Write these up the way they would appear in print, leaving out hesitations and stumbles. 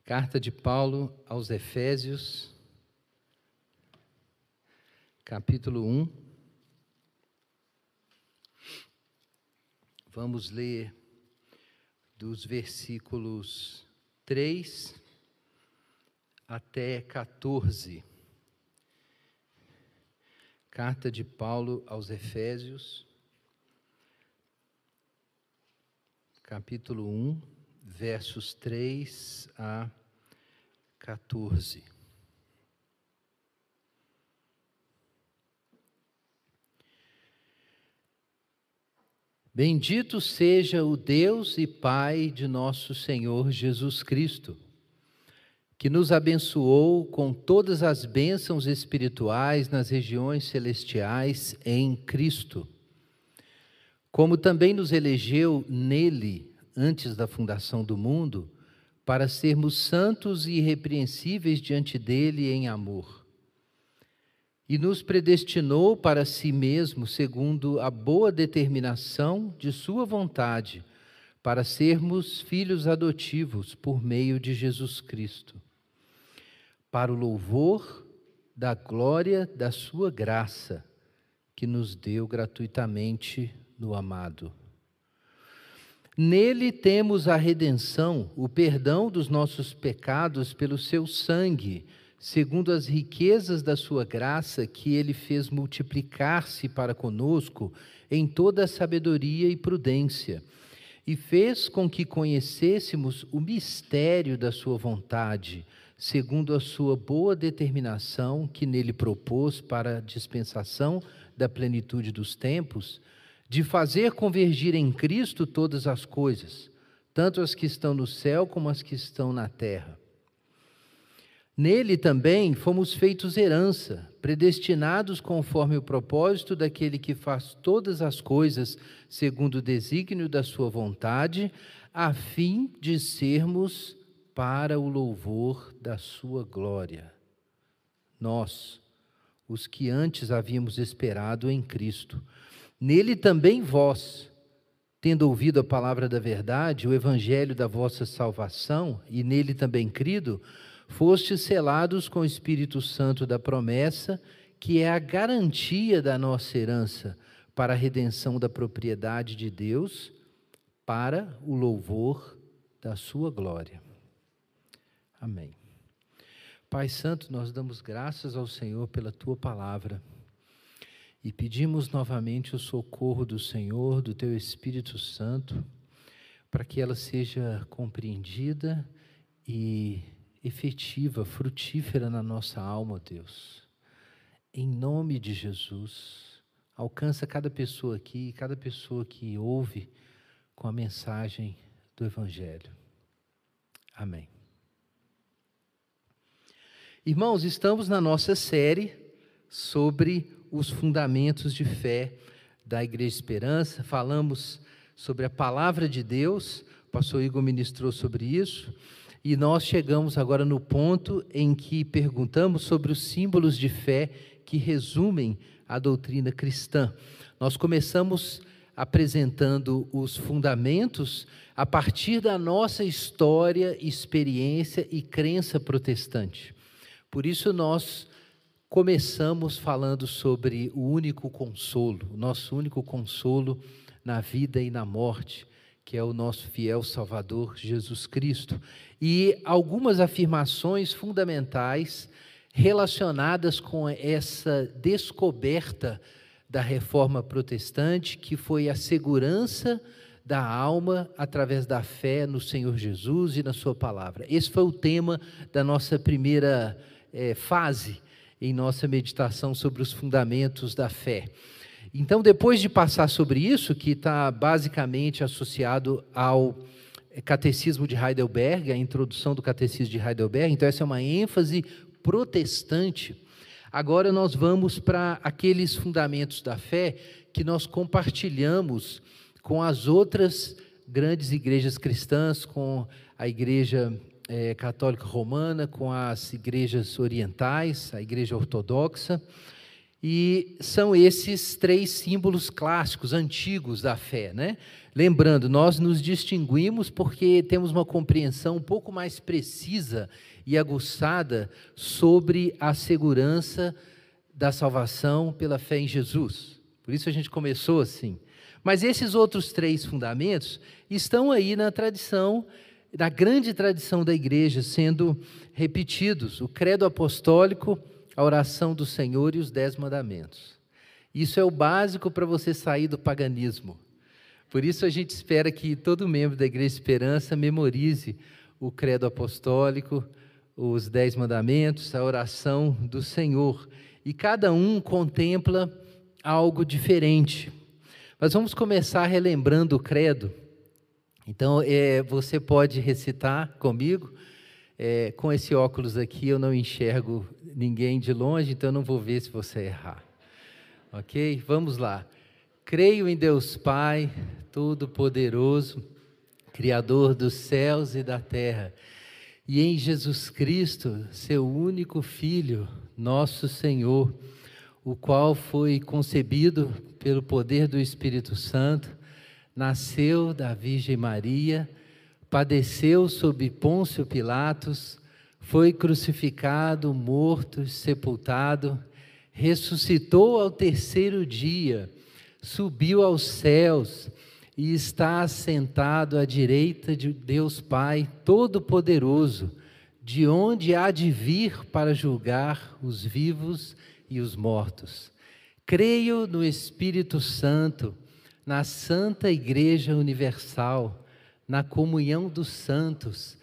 Carta de Paulo aos Efésios, capítulo 1. Vamos ler dos versículos 3 até 14. Carta de Paulo aos Efésios, capítulo 1, versos 3 a 14. Bendito seja o Deus e Pai de nosso Senhor Jesus Cristo, que nos abençoou com todas as bênçãos espirituais nas regiões celestiais em Cristo, como também nos elegeu nele antes da fundação do mundo, para sermos santos e irrepreensíveis diante dele em amor. E nos predestinou para si mesmo, segundo a boa determinação de sua vontade, para sermos filhos adotivos por meio de Jesus Cristo, para o louvor da glória da sua graça, que nos deu gratuitamente no amado. Nele temos a redenção, o perdão dos nossos pecados pelo seu sangue, segundo as riquezas da sua graça, que ele fez multiplicar-se para conosco em toda a sabedoria e prudência, e fez com que conhecêssemos o mistério da sua vontade, segundo a sua boa determinação, que nele propôs para a dispensação da plenitude dos tempos, de fazer convergir em Cristo todas as coisas, tanto as que estão no céu como as que estão na terra. Nele também fomos feitos herança, predestinados conforme o propósito daquele que faz todas as coisas segundo o desígnio da sua vontade, a fim de sermos para o louvor da sua glória. Nós, os que antes havíamos esperado em Cristo, nele também vós, tendo ouvido a palavra da verdade, o evangelho da vossa salvação, e nele também crido, fostes selados com o Espírito Santo da promessa, que é a garantia da nossa herança, para a redenção da propriedade de Deus, para o louvor da sua glória. Amém. Pai Santo, nós damos graças ao Senhor pela tua palavra e pedimos novamente o socorro do Senhor, do teu Espírito Santo, para que ela seja compreendida e efetiva, frutífera na nossa alma, Deus. Em nome de Jesus, alcança cada pessoa aqui, cada pessoa que ouve com a mensagem do Evangelho. Amém. Irmãos, estamos na nossa série sobre os fundamentos de fé da Igreja Esperança. Falamos sobre a palavra de Deus, o pastor Igor ministrou sobre isso, e nós chegamos agora no ponto em que perguntamos sobre os símbolos de fé que resumem a doutrina cristã. Nós começamos apresentando os fundamentos a partir da nossa história, experiência e crença protestante. Por isso nós começamos falando sobre o único consolo, o nosso único consolo na vida e na morte, que é o nosso fiel Salvador Jesus Cristo. E algumas afirmações fundamentais relacionadas com essa descoberta da reforma protestante, que foi a segurança da alma através da fé no Senhor Jesus e na sua palavra. Esse foi o tema da nossa primeira fase em nossa meditação sobre os fundamentos da fé. Então, depois de passar sobre isso, que está basicamente associado ao Catecismo de Heidelberg, a introdução do Catecismo de Heidelberg, então essa é uma ênfase protestante. Agora nós vamos para aqueles fundamentos da fé que nós compartilhamos com as outras grandes igrejas cristãs, com a Igreja Católica Romana, com as igrejas orientais, a Igreja Ortodoxa, E são esses três símbolos clássicos, antigos da fé, né? Lembrando, nós nos distinguimos porque temos uma compreensão um pouco mais precisa e aguçada sobre a segurança da salvação pela fé em Jesus. Por isso a gente começou assim. Mas esses outros três fundamentos estão aí na tradição, na grande tradição da igreja, sendo repetidos: o credo apostólico, a oração do Senhor e os 10 mandamentos. Isso é o básico para você sair do paganismo. Por isso a gente espera que todo membro da Igreja Esperança memorize o credo apostólico, os 10 mandamentos, a oração do Senhor. E cada um contempla algo diferente. Mas vamos começar relembrando o credo. Então, você pode recitar comigo. Com esse óculos aqui eu não enxergo ninguém de longe, então eu não vou ver se você errar. Ok? Vamos lá. Creio em Deus Pai, Todo-Poderoso, Criador dos céus e da terra, e em Jesus Cristo, seu único Filho, nosso Senhor, o qual foi concebido pelo poder do Espírito Santo, nasceu da Virgem Maria, padeceu sob Pôncio Pilatos, foi crucificado, morto, sepultado, ressuscitou ao terceiro dia, subiu aos céus e está assentado à direita de Deus Pai Todo-Poderoso, de onde há de vir para julgar os vivos e os mortos. Creio no Espírito Santo, na Santa Igreja Universal, na comunhão dos santos,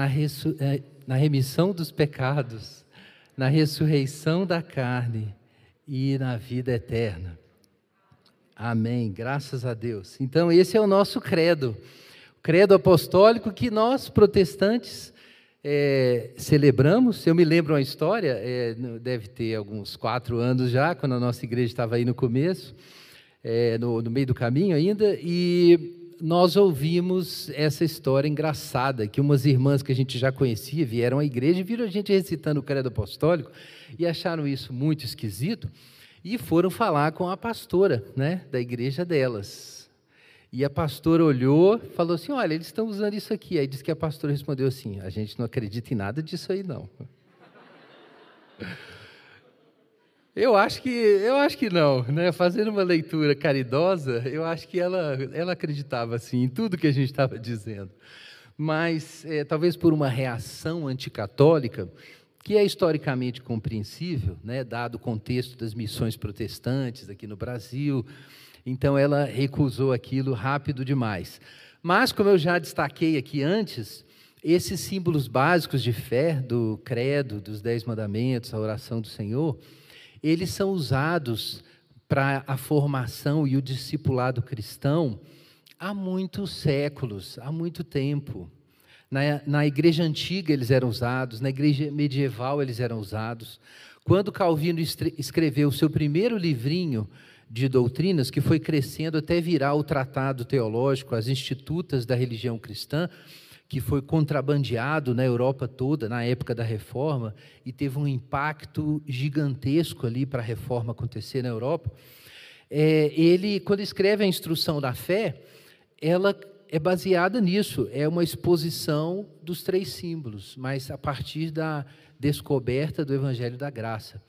na remissão dos pecados, na ressurreição da carne e na vida eterna. Amém, graças a Deus. Então esse é o nosso credo, o credo apostólico que nós protestantes celebramos. Eu me lembro uma história, deve ter alguns 4 anos já, quando a nossa igreja estava aí no começo, no meio do caminho ainda, e nós ouvimos essa história engraçada, que umas irmãs que a gente já conhecia vieram à igreja e viram a gente recitando o credo apostólico e acharam isso muito esquisito e foram falar com a pastora, né, da igreja delas. E a pastora olhou e falou assim: olha, eles estão usando isso aqui. Aí disse que a pastora respondeu assim: a gente não acredita em nada disso aí, não. Eu acho que não, né? Fazendo uma leitura caridosa, eu acho que ela acreditava assim, em tudo que a gente estava dizendo. Mas, talvez por uma reação anticatólica, que é historicamente compreensível, né? Dado o contexto das missões protestantes aqui no Brasil, então ela recusou aquilo rápido demais. Mas, como eu já destaquei aqui antes, esses símbolos básicos de fé, do credo, dos 10 mandamentos, a oração do Senhor, eles são usados para a formação e o discipulado cristão há muitos séculos, há muito tempo. Na igreja antiga eles eram usados, na igreja medieval eles eram usados. Quando Calvino escreveu o seu primeiro livrinho de doutrinas, que foi crescendo até virar o Tratado Teológico, as Institutas da Religião Cristã, que foi contrabandeado na Europa toda, na época da Reforma, e teve um impacto gigantesco ali para a Reforma acontecer na Europa. Ele, quando escreve a Instrução da Fé, ela é baseada nisso, é uma exposição dos 3 símbolos, mas a partir da descoberta do Evangelho da Graça.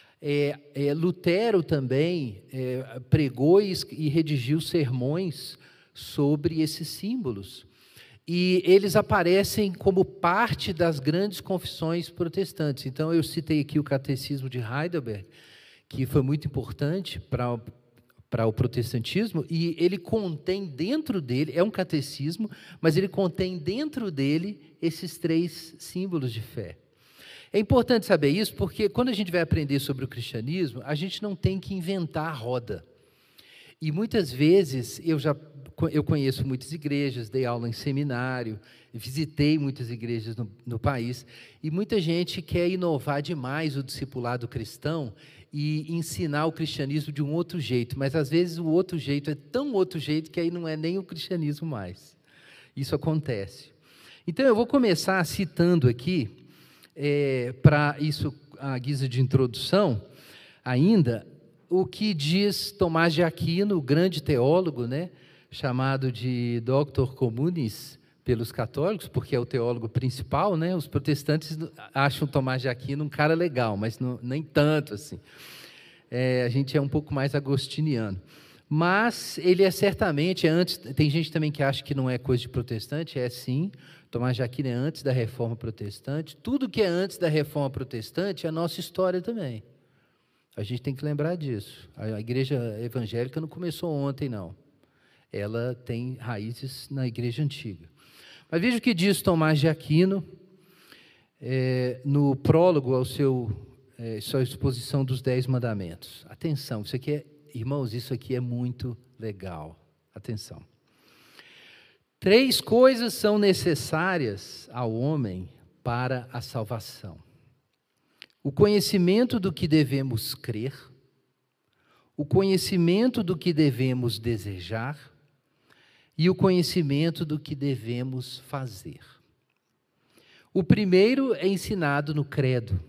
Lutero também pregou e redigiu sermões sobre esses símbolos. E eles aparecem como parte das grandes confissões protestantes. Então, eu citei aqui o Catecismo de Heidelberg, que foi muito importante para o protestantismo, e ele contém dentro dele, é um catecismo, mas ele contém dentro dele esses 3 símbolos de fé. É importante saber isso, porque quando a gente vai aprender sobre o cristianismo, a gente não tem que inventar a roda. E muitas vezes, eu conheço muitas igrejas, dei aula em seminário, visitei muitas igrejas no país, e muita gente quer inovar demais o discipulado cristão e ensinar o cristianismo de um outro jeito, mas às vezes o outro jeito é tão outro jeito que aí não é nem o cristianismo mais. Isso acontece. Então eu vou começar citando aqui, para isso, à guisa de introdução, ainda, o que diz Tomás de Aquino, o grande teólogo, né, chamado de Doctor Communis pelos católicos, porque é o teólogo principal, né? Os protestantes acham Tomás de Aquino um cara legal, mas nem tanto assim. A gente é um pouco mais agostiniano. Mas ele é certamente, antes, tem gente também que acha que não é coisa de protestante, é sim. Tomás de Aquino é antes da Reforma Protestante. Tudo que é antes da Reforma Protestante é a nossa história também. A gente tem que lembrar disso. A igreja evangélica não começou ontem, não. Ela tem raízes na igreja antiga. Mas veja o que diz Tomás de Aquino, no prólogo ao sua exposição dos 10 mandamentos. Atenção, isso aqui irmãos, isso aqui é muito legal. Atenção. 3 coisas são necessárias ao homem para a salvação: o conhecimento do que devemos crer, o conhecimento do que devemos desejar e o conhecimento do que devemos fazer. O primeiro é ensinado no credo,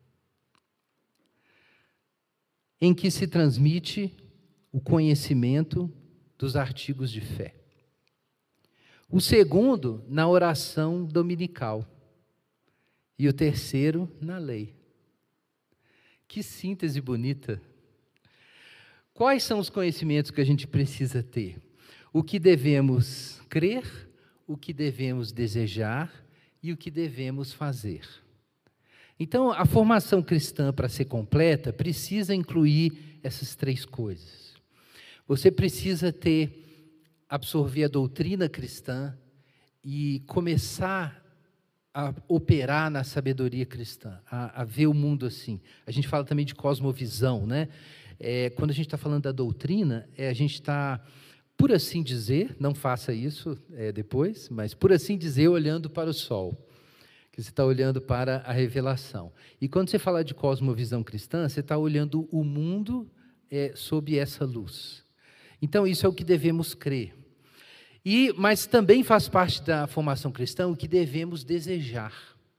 em que se transmite o conhecimento dos artigos de fé. O segundo, na oração dominical. E o terceiro, na lei. Que síntese bonita! Quais são os conhecimentos que a gente precisa ter? O que devemos crer, o que devemos desejar e o que devemos fazer. Então, a formação cristã, para ser completa, precisa incluir essas 3 coisas. Você precisa absorver a doutrina cristã e começar a operar na sabedoria cristã, a ver o mundo assim. A gente fala também de cosmovisão, né? Quando a gente está falando da doutrina, a gente está, por assim dizer, não faça isso depois, mas por assim dizer, olhando para o sol, que você está olhando para a revelação. E quando você fala de cosmovisão cristã, você está olhando o mundo sob essa luz. Então, isso é o que devemos crer. Mas também faz parte da formação cristã o que devemos desejar.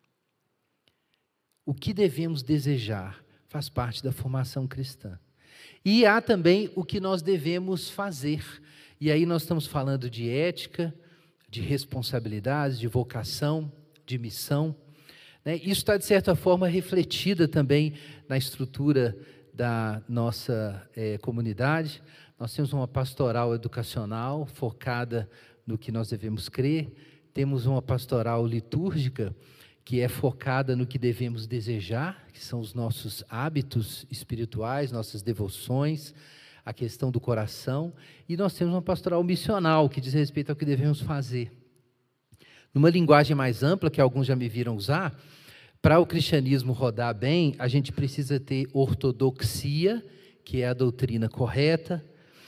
O que devemos desejar faz parte da formação cristã. E há também o que nós devemos fazer. E aí nós estamos falando de ética, de responsabilidades, de vocação, de missão. Isso está, de certa forma, refletida também na estrutura da nossa comunidade. Nós temos uma pastoral educacional focada no que nós devemos crer, temos uma pastoral litúrgica que é focada no que devemos desejar, que são os nossos hábitos espirituais, nossas devoções, a questão do coração, e nós temos uma pastoral missional que diz respeito ao que devemos fazer. Numa linguagem mais ampla, que alguns já me viram usar, para o cristianismo rodar bem, a gente precisa ter ortodoxia, que é a doutrina correta,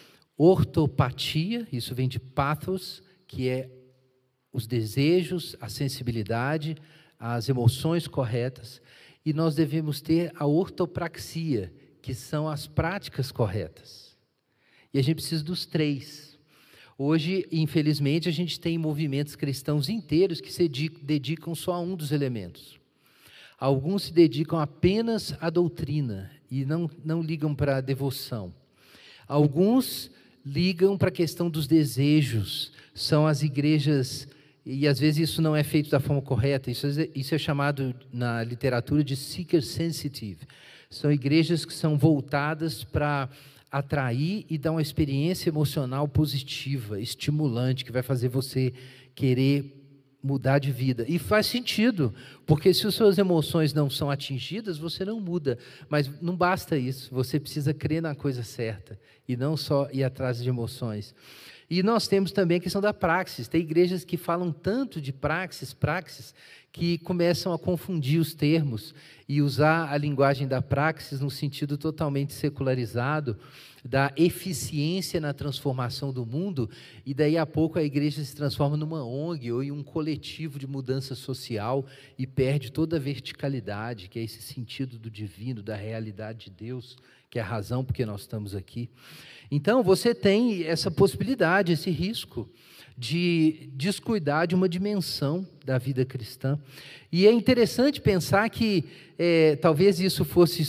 ortopatia, isso vem de pathos, que é os desejos, a sensibilidade, as emoções corretas, e nós devemos ter a ortopraxia, que são as práticas corretas. E a gente precisa dos 3. Hoje, infelizmente, a gente tem movimentos cristãos inteiros que se dedicam só a um dos elementos. Alguns se dedicam apenas à doutrina e não ligam para a devoção. Alguns ligam para a questão dos desejos. São as igrejas, e às vezes isso não é feito da forma correta, isso é chamado na literatura de seeker sensitive. São igrejas que são voltadas para atrair e dar uma experiência emocional positiva, estimulante, que vai fazer você querer mudar de vida. E faz sentido, porque se as suas emoções não são atingidas, você não muda. Mas não basta isso, você precisa crer na coisa certa e não só ir atrás de emoções. E nós temos também a questão da praxis. Tem igrejas que falam tanto de praxis, que começam a confundir os termos e usar a linguagem da praxis no sentido totalmente secularizado, da eficiência na transformação do mundo, e daí a pouco a igreja se transforma numa ONG ou em um coletivo de mudança social e perde toda a verticalidade, que é esse sentido do divino, da realidade de Deus, que é a razão por que nós estamos aqui. Então, você tem essa possibilidade, esse risco de descuidar de uma dimensão da vida cristã. E é interessante pensar que talvez isso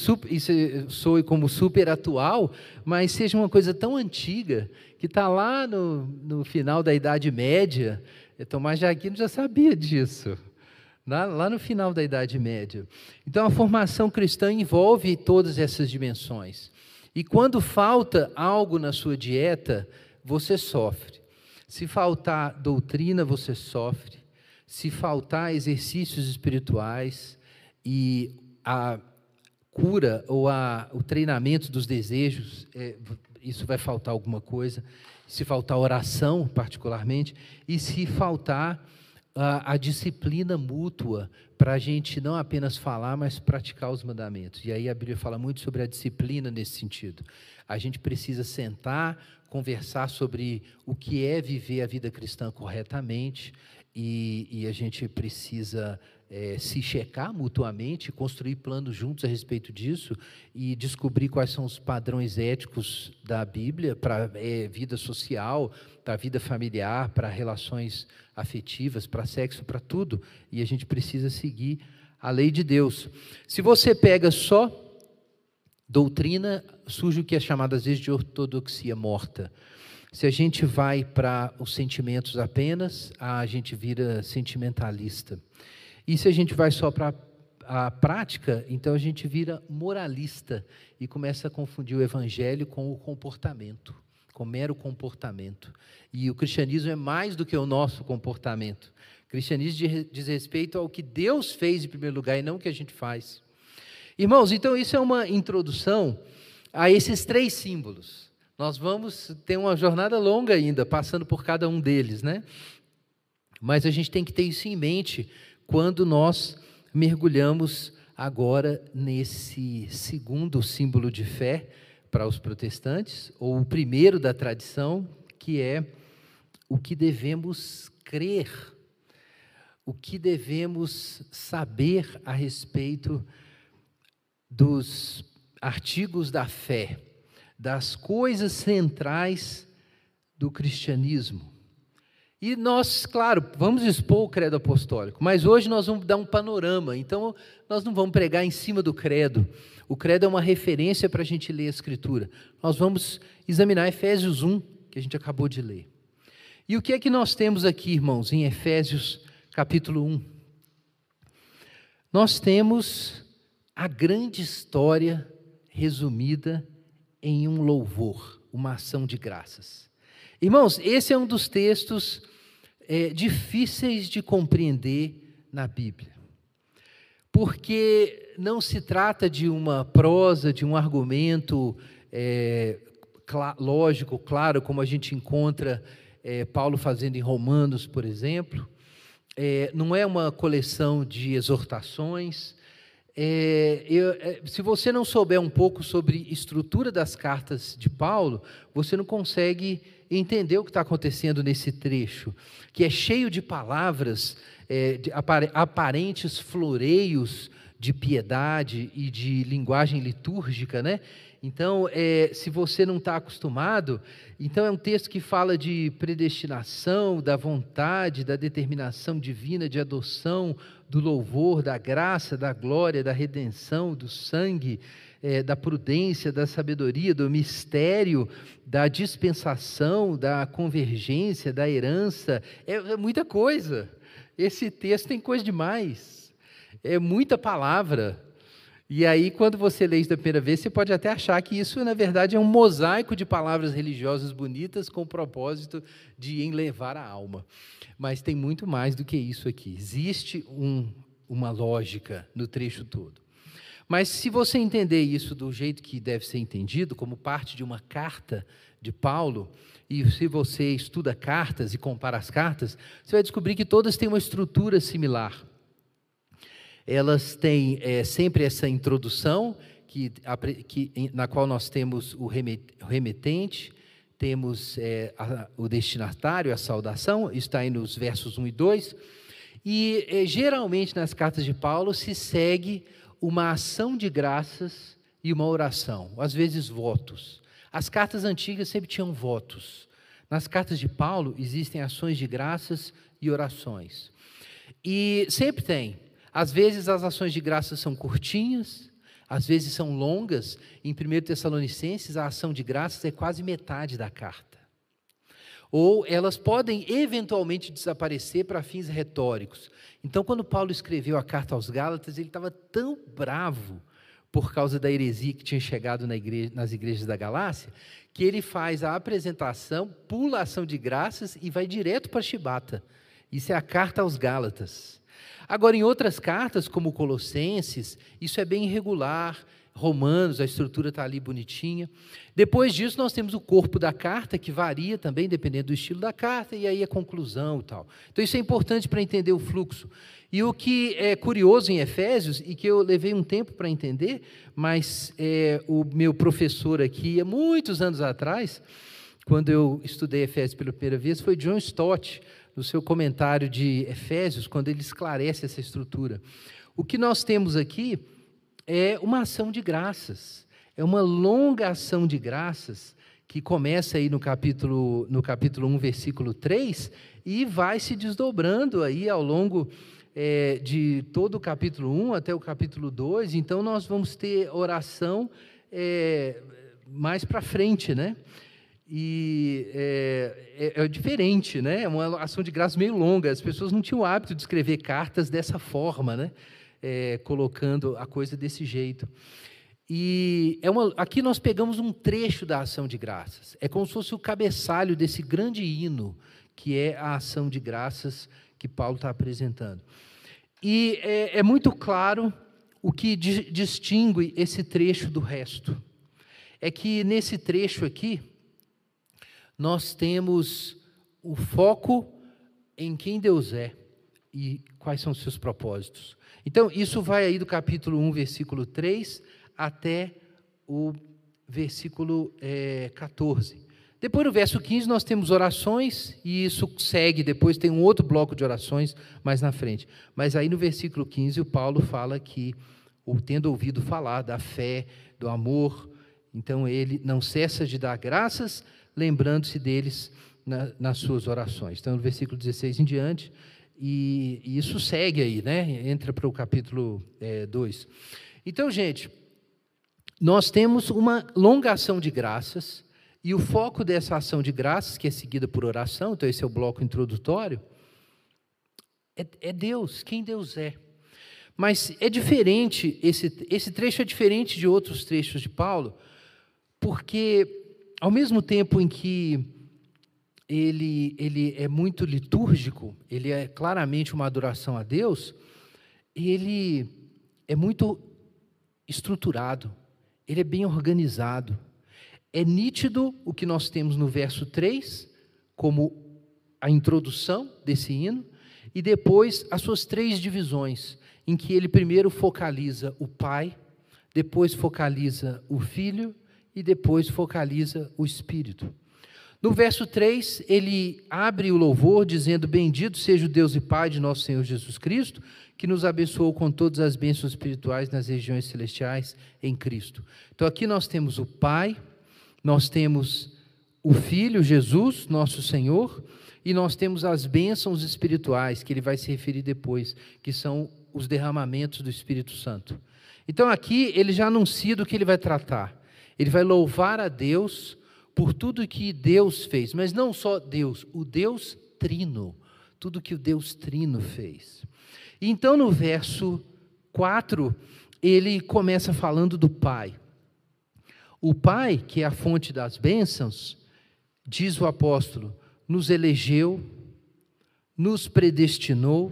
soe como super atual, mas seja uma coisa tão antiga, que está lá no final da Idade Média. Tomás de Aquino já sabia disso, lá no final da Idade Média. Então, a formação cristã envolve todas essas dimensões. E quando falta algo na sua dieta, você sofre. Se faltar doutrina, você sofre. Se faltar exercícios espirituais e a cura ou o treinamento dos desejos, isso vai faltar alguma coisa. Se faltar oração, particularmente, e se faltar a disciplina mútua para a gente não apenas falar, mas praticar os mandamentos. E aí a Bíblia fala muito sobre a disciplina nesse sentido. A gente precisa sentar, conversar sobre o que é viver a vida cristã corretamente, e a gente precisa se checar mutuamente, construir planos juntos a respeito disso e descobrir quais são os padrões éticos da Bíblia para a vida social, para a vida familiar, para relações afetivas, para sexo, para tudo. E a gente precisa seguir a lei de Deus. Se você pega só doutrina, surge o que é chamado às vezes de ortodoxia morta. Se a gente vai para os sentimentos apenas, a gente vira sentimentalista. E se a gente vai só para a prática, então a gente vira moralista e começa a confundir o evangelho com o comportamento, com mero comportamento. E o cristianismo é mais do que o nosso comportamento. O cristianismo diz respeito ao que Deus fez em primeiro lugar e não o que a gente faz. Irmãos, então isso é uma introdução a esses 3 símbolos. Nós vamos ter uma jornada longa ainda, passando por cada um deles, né? Mas a gente tem que ter isso em mente quando nós mergulhamos agora nesse segundo símbolo de fé para os protestantes, ou o primeiro da tradição, que é o que devemos crer, o que devemos saber a respeito dos artigos da fé, das coisas centrais do cristianismo. E nós, claro, vamos expor o credo apostólico, mas hoje nós vamos dar um panorama, então nós não vamos pregar em cima do credo. O credo é uma referência para a gente ler a Escritura. Nós vamos examinar Efésios 1, que a gente acabou de ler. E o que é que nós temos aqui, irmãos, em Efésios capítulo 1? Nós temos a grande história resumida em um louvor, uma ação de graças. Irmãos, esse é um dos textos difíceis de compreender na Bíblia, porque não se trata de uma prosa, de um argumento lógico, claro, como a gente encontra Paulo fazendo em Romanos, por exemplo. Não é uma coleção de exortações. Se você não souber um pouco sobre estrutura das cartas de Paulo, você não consegue entender o que está acontecendo nesse trecho, que é cheio de palavras, de aparentes floreios de piedade e de linguagem litúrgica, né? Então, se você não está acostumado, então é um texto que fala de predestinação, da vontade, da determinação divina, de adoção, do louvor, da graça, da glória, da redenção, do sangue, da prudência, da sabedoria, do mistério, da dispensação, da convergência, da herança. É muita coisa. Esse texto tem coisa demais. É muita palavra. E aí, quando você lê isso da primeira vez, você pode até achar que isso, na verdade, é um mosaico de palavras religiosas bonitas com o propósito de enlevar a alma. Mas tem muito mais do que isso aqui. Existe uma lógica no trecho todo. Mas se você entender isso do jeito que deve ser entendido, como parte de uma carta de Paulo, e se você estuda cartas e compara as cartas, você vai descobrir que todas têm uma estrutura similar. Elas têm sempre essa introdução, na qual nós temos o remetente, temos o destinatário, a saudação, está aí nos versos 1 e 2, e geralmente nas cartas de Paulo se segue uma ação de graças e uma oração, às vezes votos. As cartas antigas sempre tinham votos. Nas cartas de Paulo existem ações de graças e orações. E sempre tem. Às vezes as ações de graça são curtinhas, às vezes são longas. Em 1 Tessalonicenses, a ação de graças é quase metade da carta. Ou elas podem eventualmente desaparecer para fins retóricos. Então, quando Paulo escreveu a carta aos Gálatas, ele estava tão bravo por causa da heresia que tinha chegado nas igrejas da Galácia, que ele faz a apresentação, pula a ação de graças e vai direto para Chibata. Isso é a carta aos Gálatas. Agora, em outras cartas, como Colossenses, isso é bem irregular. Romanos, a estrutura está ali bonitinha. Depois disso, nós temos o corpo da carta, que varia também, dependendo do estilo da carta, e aí a conclusão e tal. Então, isso é importante para entender o fluxo. E o que é curioso em Efésios, e que eu levei um tempo para entender, mas o meu professor aqui, há muitos anos atrás, quando eu estudei Efésios pela primeira vez, foi John Stott, no seu comentário de Efésios, quando ele esclarece essa estrutura. O que nós temos aqui é uma ação de graças, é uma longa ação de graças, que começa aí no capítulo 1, versículo 3, e vai se desdobrando aí ao longo de todo o capítulo 1 até o capítulo 2, então nós vamos ter oração mais para frente, né? E é diferente, né? É uma ação de graças meio longa, as pessoas não tinham o hábito de escrever cartas dessa forma, né? Colocando a coisa desse jeito. E aqui nós pegamos um trecho da ação de graças, é como se fosse o cabeçalho desse grande hino, que é a ação de graças que Paulo está apresentando. E é muito claro o que distingue esse trecho do resto. É que nesse trecho aqui, nós temos o foco em quem Deus é e quais são os seus propósitos. Então, isso vai aí do capítulo 1, versículo 3, até o versículo 14. Depois, no verso 15, nós temos orações, e isso segue, depois tem um outro bloco de orações mais na frente. Mas aí no versículo 15, o Paulo fala que, tendo ouvido falar da fé, do amor, então ele não cessa de dar graças, lembrando-se deles nas suas orações. Então, no versículo 16 em diante, e isso segue aí, né? Entra para o capítulo 2. Então, gente, nós temos uma longa ação de graças, e o foco dessa ação de graças, que é seguida por oração, então esse é o bloco introdutório, é Deus, quem Deus é. Mas é diferente, esse trecho é diferente de outros trechos de Paulo, porque ao mesmo tempo em que ele é muito litúrgico, ele é claramente uma adoração a Deus, ele é muito estruturado, ele é bem organizado. É nítido o que nós temos no verso 3, como a introdução desse hino, e depois as suas 3 divisões, em que ele primeiro focaliza o Pai, depois focaliza o Filho, e depois focaliza o Espírito. No verso 3, ele abre o louvor dizendo: bendito seja o Deus e Pai de nosso Senhor Jesus Cristo, que nos abençoou com todas as bênçãos espirituais nas regiões celestiais em Cristo. Então aqui nós temos o Pai, nós temos o Filho, Jesus, nosso Senhor, e nós temos as bênçãos espirituais, que ele vai se referir depois, que são os derramamentos do Espírito Santo. Então aqui ele já anuncia do que ele vai tratar. Ele vai louvar a Deus por tudo que Deus fez, mas não só Deus, o Deus Trino, tudo que o Deus Trino fez. E então no verso 4, ele começa falando do Pai. O Pai, que é a fonte das bênçãos, diz o apóstolo, nos elegeu, nos predestinou,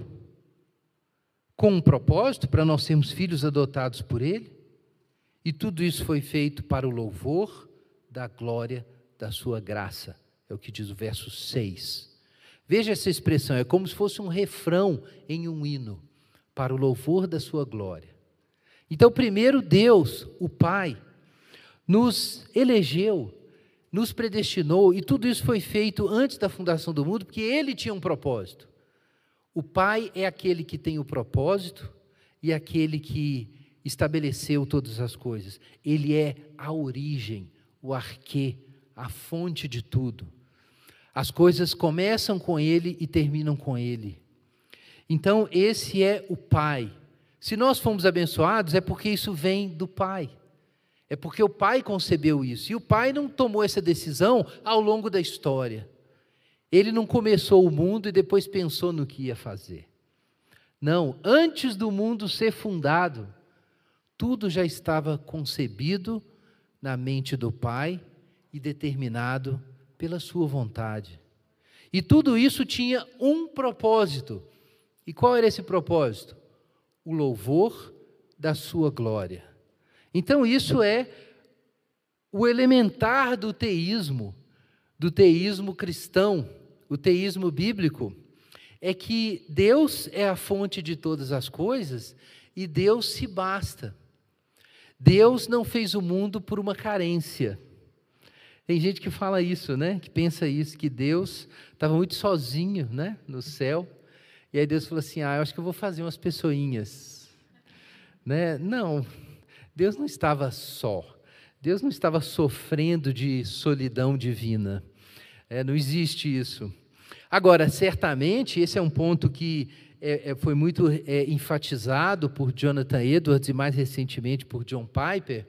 com um propósito, para nós sermos filhos adotados por Ele, e tudo isso foi feito para o louvor da glória da sua graça, é o que diz o verso 6. Veja essa expressão, é como se fosse um refrão em um hino, para o louvor da sua glória. Então, primeiro Deus, o Pai, nos elegeu, nos predestinou, e tudo isso foi feito antes da fundação do mundo, porque Ele tinha um propósito. O Pai é aquele que tem o propósito e aquele que estabeleceu todas as coisas. Ele é a origem, o arquê, a fonte de tudo. As coisas começam com Ele e terminam com Ele. Então, esse é o Pai. Se nós fomos abençoados, é porque isso vem do Pai. É porque o Pai concebeu isso. E o Pai não tomou essa decisão ao longo da história. Ele não começou o mundo e depois pensou no que ia fazer. Não, antes do mundo ser fundado, tudo já estava concebido na mente do Pai e determinado pela sua vontade. E tudo isso tinha um propósito. E qual era esse propósito? O louvor da sua glória. Então isso é o elementar do teísmo cristão, o teísmo bíblico, é que Deus é a fonte de todas as coisas e Deus se basta. Deus não fez o mundo por uma carência. Tem gente que fala isso, né? Que pensa isso, que Deus estava muito sozinho, né? No céu. E aí Deus falou assim, eu acho que eu vou fazer umas pessoinhas. Né? Não, Deus não estava só. Deus não estava sofrendo de solidão divina. Não existe isso. Agora, certamente, esse é um ponto que foi muito enfatizado por Jonathan Edwards e mais recentemente por John Piper.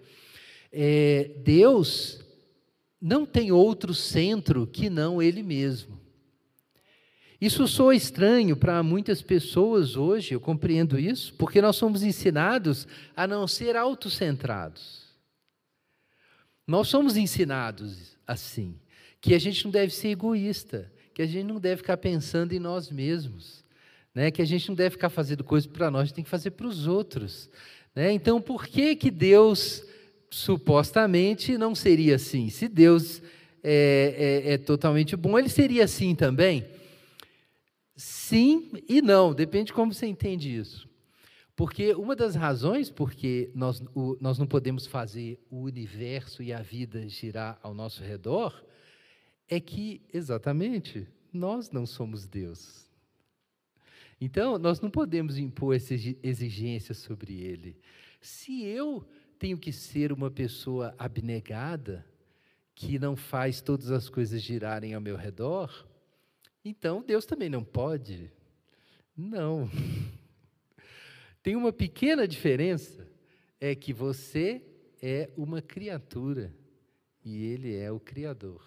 Deus não tem outro centro que não Ele mesmo. Isso soa estranho para muitas pessoas hoje, eu compreendo isso, porque nós somos ensinados a não ser autocentrados. Nós somos ensinados assim, que a gente não deve ser egoísta, que a gente não deve ficar pensando em nós mesmos, né? Que a gente não deve ficar fazendo coisas para nós, a gente tem que fazer para os outros. Né? Então, por que Deus supostamente não seria assim? Se Deus é totalmente bom, Ele seria assim também? Sim e não, depende de como você entende isso. Porque uma das razões porque nós não podemos fazer o universo e a vida girar ao nosso redor é que, exatamente, nós não somos Deus. Então, nós não podemos impor essa exigência sobre Ele. Se eu tenho que ser uma pessoa abnegada, que não faz todas as coisas girarem ao meu redor, então Deus também não pode. Não. Tem uma pequena diferença, é que você é uma criatura e Ele é o Criador.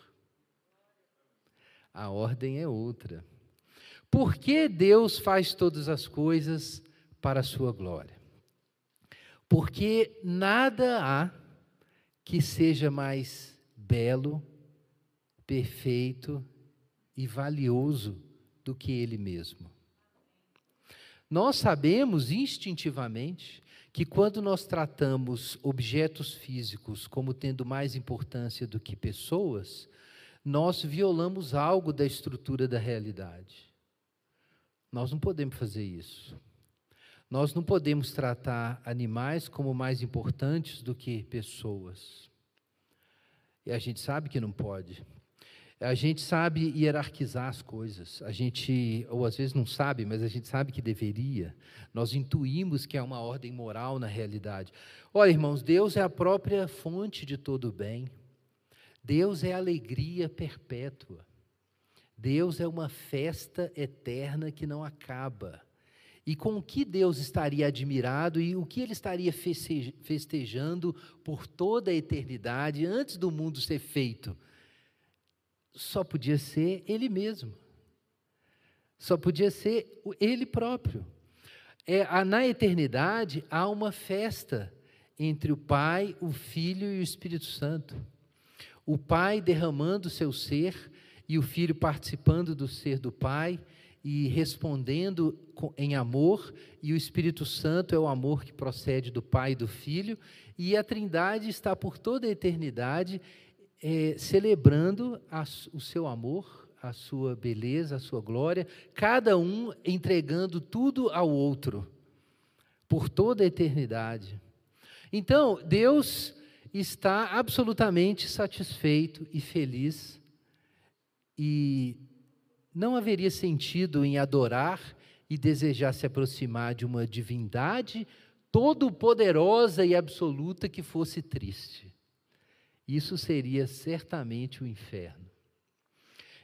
A ordem é outra. Por que Deus faz todas as coisas para a sua glória? Porque nada há que seja mais belo, perfeito e valioso do que Ele mesmo. Nós sabemos instintivamente que quando nós tratamos objetos físicos como tendo mais importância do que pessoas, nós violamos algo da estrutura da realidade. Nós não podemos fazer isso. Nós não podemos tratar animais como mais importantes do que pessoas. E a gente sabe que não pode. A gente sabe hierarquizar as coisas. A gente, ou às vezes não sabe, mas a gente sabe que deveria. Nós intuímos que há uma ordem moral na realidade. Olha, irmãos, Deus é a própria fonte de todo o bem. Deus é alegria perpétua. Deus é uma festa eterna que não acaba. E com o que Deus estaria admirado e o que Ele estaria festejando por toda a eternidade antes do mundo ser feito? Só podia ser Ele mesmo. Só podia ser Ele próprio. Na eternidade há uma festa entre o Pai, o Filho e o Espírito Santo. O Pai derramando o seu ser e o Filho participando do ser do Pai e respondendo em amor, e o Espírito Santo é o amor que procede do Pai e do Filho, e a Trindade está por toda a eternidade celebrando o seu amor, a sua beleza, a sua glória, cada um entregando tudo ao outro, por toda a eternidade. Então, Deus está absolutamente satisfeito e feliz, e não haveria sentido em adorar e desejar se aproximar de uma divindade todo-poderosa e absoluta que fosse triste. Isso seria certamente o inferno.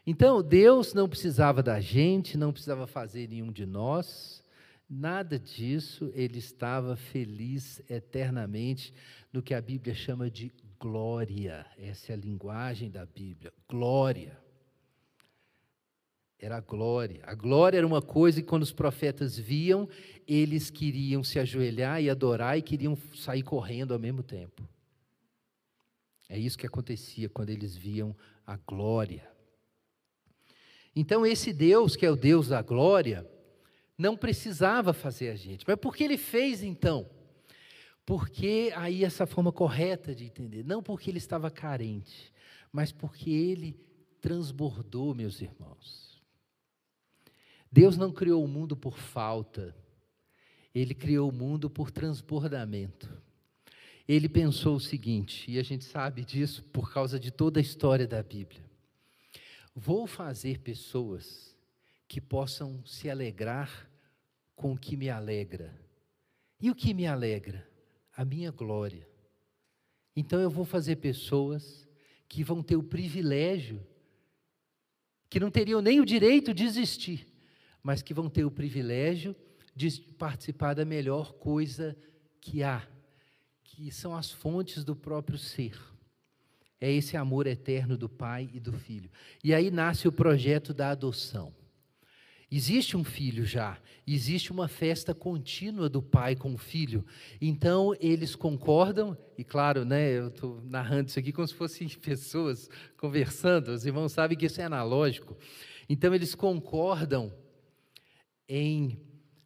Então, Deus não precisava da gente, não precisava fazer nenhum de nós, nada disso, Ele estava feliz eternamente no que a Bíblia chama de glória. Essa é a linguagem da Bíblia, glória. Era a glória. A glória era uma coisa que quando os profetas viam, eles queriam se ajoelhar e adorar e queriam sair correndo ao mesmo tempo. É isso que acontecia quando eles viam a glória. Então esse Deus, que é o Deus da glória, não precisava fazer a gente. Mas por que Ele fez então? Porque aí essa forma correta de entender, não porque Ele estava carente, mas porque Ele transbordou, meus irmãos. Deus não criou o mundo por falta, Ele criou o mundo por transbordamento. Ele pensou o seguinte, e a gente sabe disso por causa de toda a história da Bíblia. Vou fazer pessoas que possam se alegrar com o que me alegra. E o que me alegra? A minha glória. Então eu vou fazer pessoas que vão ter o privilégio, que não teriam nem o direito de existir, mas que vão ter o privilégio de participar da melhor coisa que há, que são as fontes do próprio ser. É esse amor eterno do Pai e do Filho. E aí nasce o projeto da adoção. Existe um filho já, existe uma festa contínua do pai com o filho. Então eles concordam, e claro, eu estou narrando isso aqui como se fossem pessoas conversando, os irmãos sabem que isso é analógico. Então eles concordam em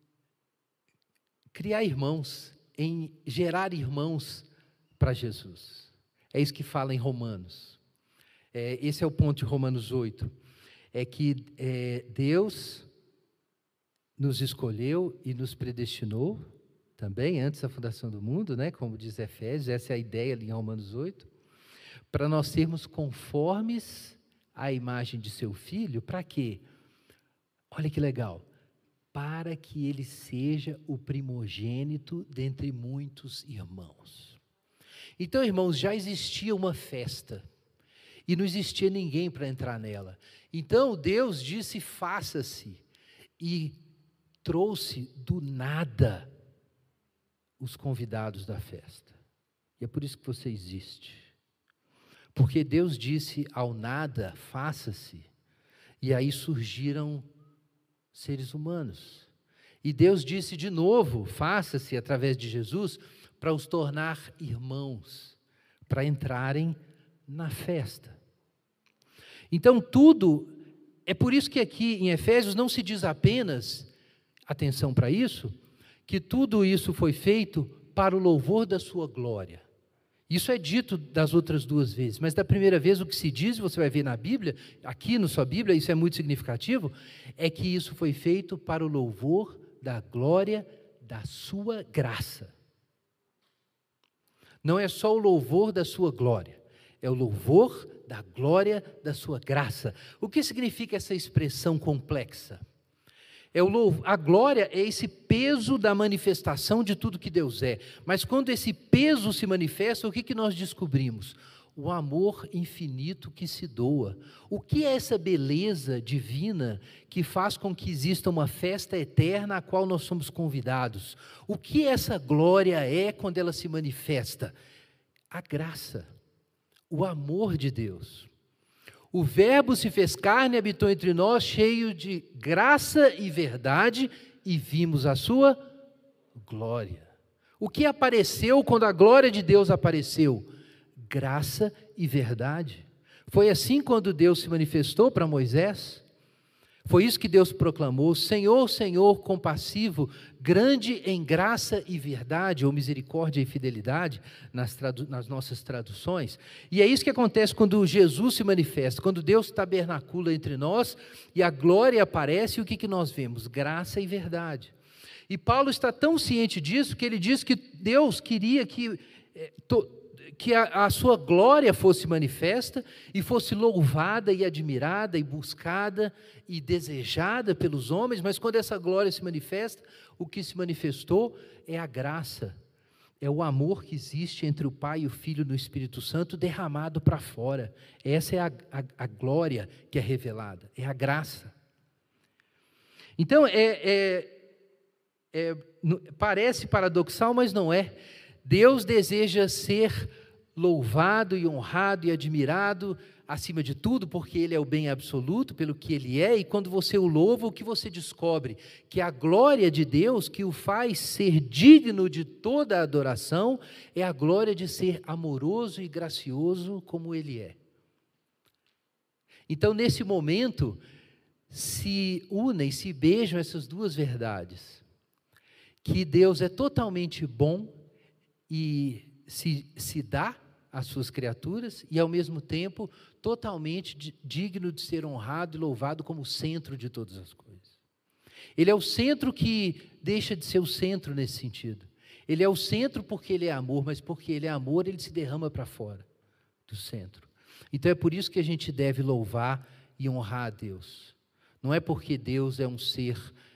criar irmãos, em gerar irmãos para Jesus. É isso que fala em Romanos. Esse é o ponto de Romanos 8. É que Deus nos escolheu e nos predestinou, também antes da fundação do mundo, como diz Efésios, essa é a ideia ali em Romanos 8, para nós sermos conformes à imagem de seu Filho, para quê? Olha que legal, para que ele seja o primogênito dentre muitos irmãos. Então, irmãos, já existia uma festa, e não existia ninguém para entrar nela. Então, Deus disse, faça-se, e trouxe do nada os convidados da festa. E é por isso que você existe. Porque Deus disse ao nada, faça-se, e aí surgiram seres humanos. E Deus disse de novo, faça-se através de Jesus, para os tornar irmãos, para entrarem na festa. Então tudo, é por isso que aqui em Efésios não se diz apenas, atenção para isso, que tudo isso foi feito para o louvor da sua glória. Isso é dito das outras duas vezes, mas da primeira vez o que se diz, você vai ver na Bíblia, aqui na sua Bíblia, isso é muito significativo, é que isso foi feito para o louvor da glória da sua graça. Não é só o louvor da sua glória, é o louvor da glória da sua graça. O que significa essa expressão complexa? A glória é esse peso da manifestação de tudo que Deus é. Mas quando esse peso se manifesta, o que nós descobrimos? O amor infinito que se doa. O que é essa beleza divina que faz com que exista uma festa eterna a qual nós somos convidados? O que essa glória é quando ela se manifesta? A graça, o amor de Deus. O Verbo se fez carne e habitou entre nós, cheio de graça e verdade, e vimos a sua glória. O que apareceu quando a glória de Deus apareceu? Graça e verdade. Foi assim quando Deus se manifestou para Moisés. Foi isso que Deus proclamou: Senhor, Senhor, compassivo, grande em graça e verdade, ou misericórdia e fidelidade, nas nossas traduções. E é isso que acontece quando Jesus se manifesta, quando Deus tabernacula entre nós, e a glória aparece, e o que nós vemos? Graça e verdade. E Paulo está tão ciente disso, que ele diz que Deus queria que a sua glória fosse manifesta e fosse louvada e admirada e buscada e desejada pelos homens, mas quando essa glória se manifesta, o que se manifestou é a graça, é o amor que existe entre o Pai e o Filho no Espírito Santo derramado para fora. Essa é a glória que é revelada, é a graça. Então, parece paradoxal, mas não é. Deus deseja ser louvado e honrado e admirado acima de tudo, porque Ele é o bem absoluto, pelo que Ele é, e quando você o louva, o que você descobre? Que a glória de Deus, que o faz ser digno de toda a adoração, é a glória de ser amoroso e gracioso como Ele é. Então, nesse momento, se unem, se beijam essas duas verdades, que Deus é totalmente bom e se dá às suas criaturas, e ao mesmo tempo totalmente digno de ser honrado e louvado como o centro de todas as coisas. Ele é o centro que deixa de ser o centro nesse sentido. Ele é o centro porque Ele é amor, mas porque Ele é amor, Ele se derrama para fora do centro. Então é por isso que a gente deve louvar e honrar a Deus. Não é porque Deus é um ser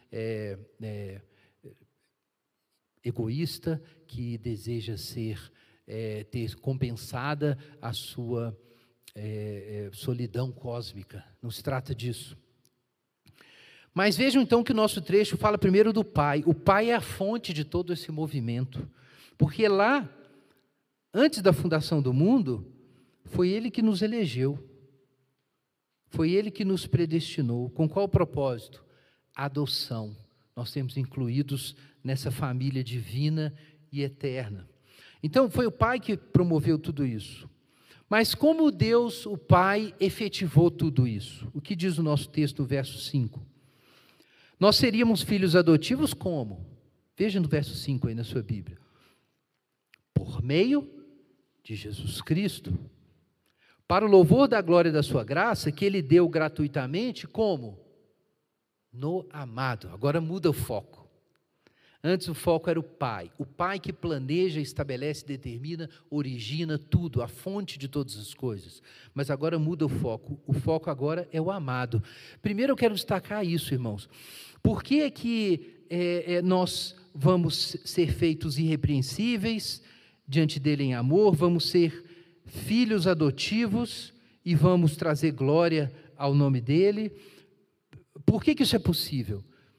egoísta, que deseja ter compensada a sua solidão cósmica. Não se trata disso. Mas vejam então que o nosso trecho fala primeiro do Pai. O Pai é a fonte de todo esse movimento. Porque lá, antes da fundação do mundo, foi Ele que nos elegeu. Foi Ele que nos predestinou. Com qual propósito? A adoção. Nós temos incluídos nessa família divina e eterna. Então, foi o Pai que promoveu tudo isso. Mas como Deus, o Pai, efetivou tudo isso? O que diz o nosso texto no verso 5? Nós seríamos filhos adotivos como? Veja no verso 5 aí na sua Bíblia. Por meio de Jesus Cristo, para o louvor da glória da sua graça, que Ele deu gratuitamente, como? No amado. Agora muda o foco. Antes o foco era o Pai que planeja, estabelece, determina, origina tudo, a fonte de todas as coisas. Mas agora muda o foco agora é o amado. Primeiro eu quero destacar isso, irmãos. Por que é que nós vamos ser feitos irrepreensíveis diante dele em amor, vamos ser filhos adotivos e vamos trazer glória ao nome dele? Por que isso é possível?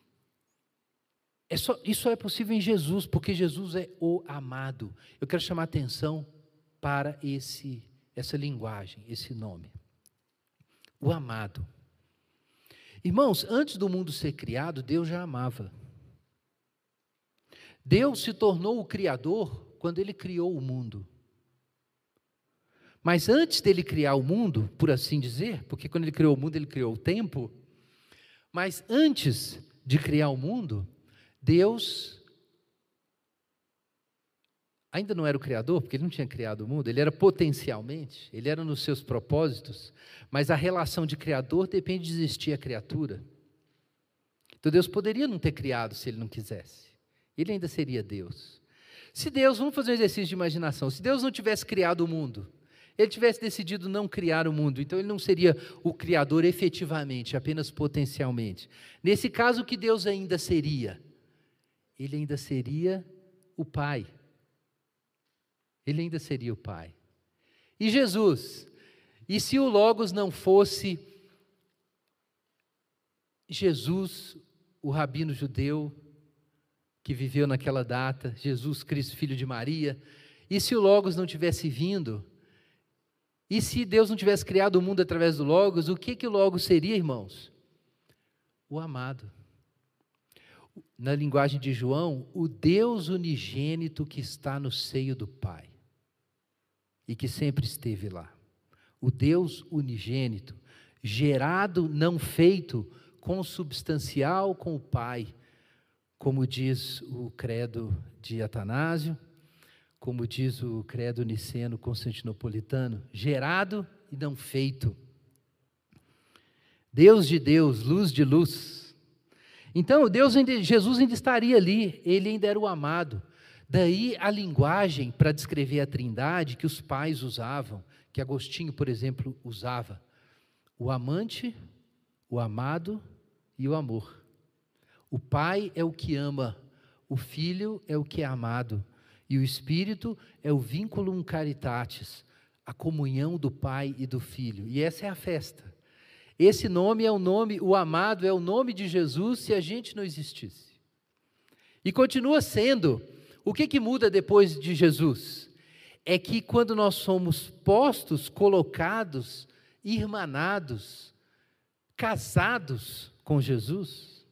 Isso é possível em Jesus, porque Jesus é o amado. Eu quero chamar a atenção para essa linguagem, esse nome. O amado. Irmãos, antes do mundo ser criado, Deus já amava. Deus se tornou o Criador quando Ele criou o mundo. Mas antes dele criar o mundo, por assim dizer, porque quando Ele criou o mundo, Ele criou o tempo, mas antes de criar o mundo, Deus ainda não era o Criador, porque Ele não tinha criado o mundo, Ele era potencialmente, Ele era nos seus propósitos, mas a relação de Criador depende de existir a criatura. Então Deus poderia não ter criado se Ele não quisesse, Ele ainda seria Deus. Se Deus, vamos fazer um exercício de imaginação, se Deus não tivesse criado o mundo, Ele tivesse decidido não criar o mundo, então Ele não seria o Criador efetivamente, apenas potencialmente. Nesse caso, o que Deus ainda seria? Ele ainda seria o Pai. Ele ainda seria o Pai. E Jesus? E se o Logos não fosse Jesus, o rabino judeu, que viveu naquela data, Jesus Cristo, filho de Maria? E se o Logos não tivesse vindo? E se Deus não tivesse criado o mundo através do Logos, o que o Logos seria, irmãos? O amado. Na linguagem de João, o Deus unigênito que está no seio do Pai e que sempre esteve lá. O Deus unigênito, gerado, não feito, consubstancial com o Pai, como diz o credo de Atanásio, como diz o credo niceno constantinopolitano, gerado e não feito. Deus de Deus, luz de luz. Então, Jesus ainda estaria ali, Ele ainda era o amado. Daí a linguagem para descrever a trindade que os pais usavam, que Agostinho, por exemplo, usava. O amante, o amado e o amor. O pai é o que ama, o filho é o que é amado. E o Espírito é o vínculum caritatis, a comunhão do Pai e do Filho. E essa é a festa. Esse nome é o nome, o amado é o nome de Jesus se a gente não existisse. E continua sendo. O que muda depois de Jesus? É que quando nós somos postos, colocados, irmanados, casados com Jesus,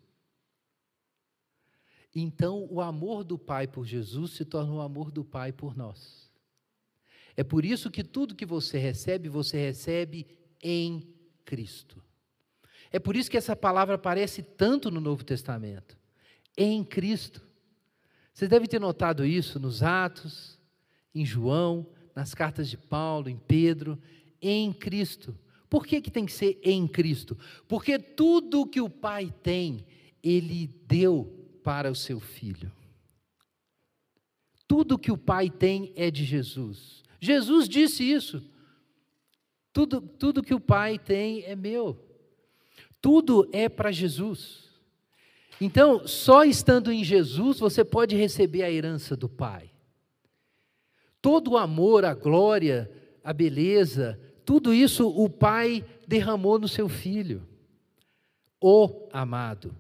então o amor do Pai por Jesus se torna o amor do Pai por nós. É por isso que tudo que você recebe em Cristo. É por isso que essa palavra aparece tanto no Novo Testamento. Em Cristo. Vocês devem ter notado isso nos Atos, em João, nas cartas de Paulo, em Pedro, em Cristo. Por que tem que ser em Cristo? Porque tudo que o Pai tem, Ele deu para o seu Filho. Tudo que o Pai tem é de Jesus. Jesus disse isso. Tudo que o Pai tem é meu. Tudo é para Jesus. Então, só estando em Jesus, você pode receber a herança do Pai. Todo o amor, a glória, a beleza, tudo isso o Pai derramou no seu Filho. O amado.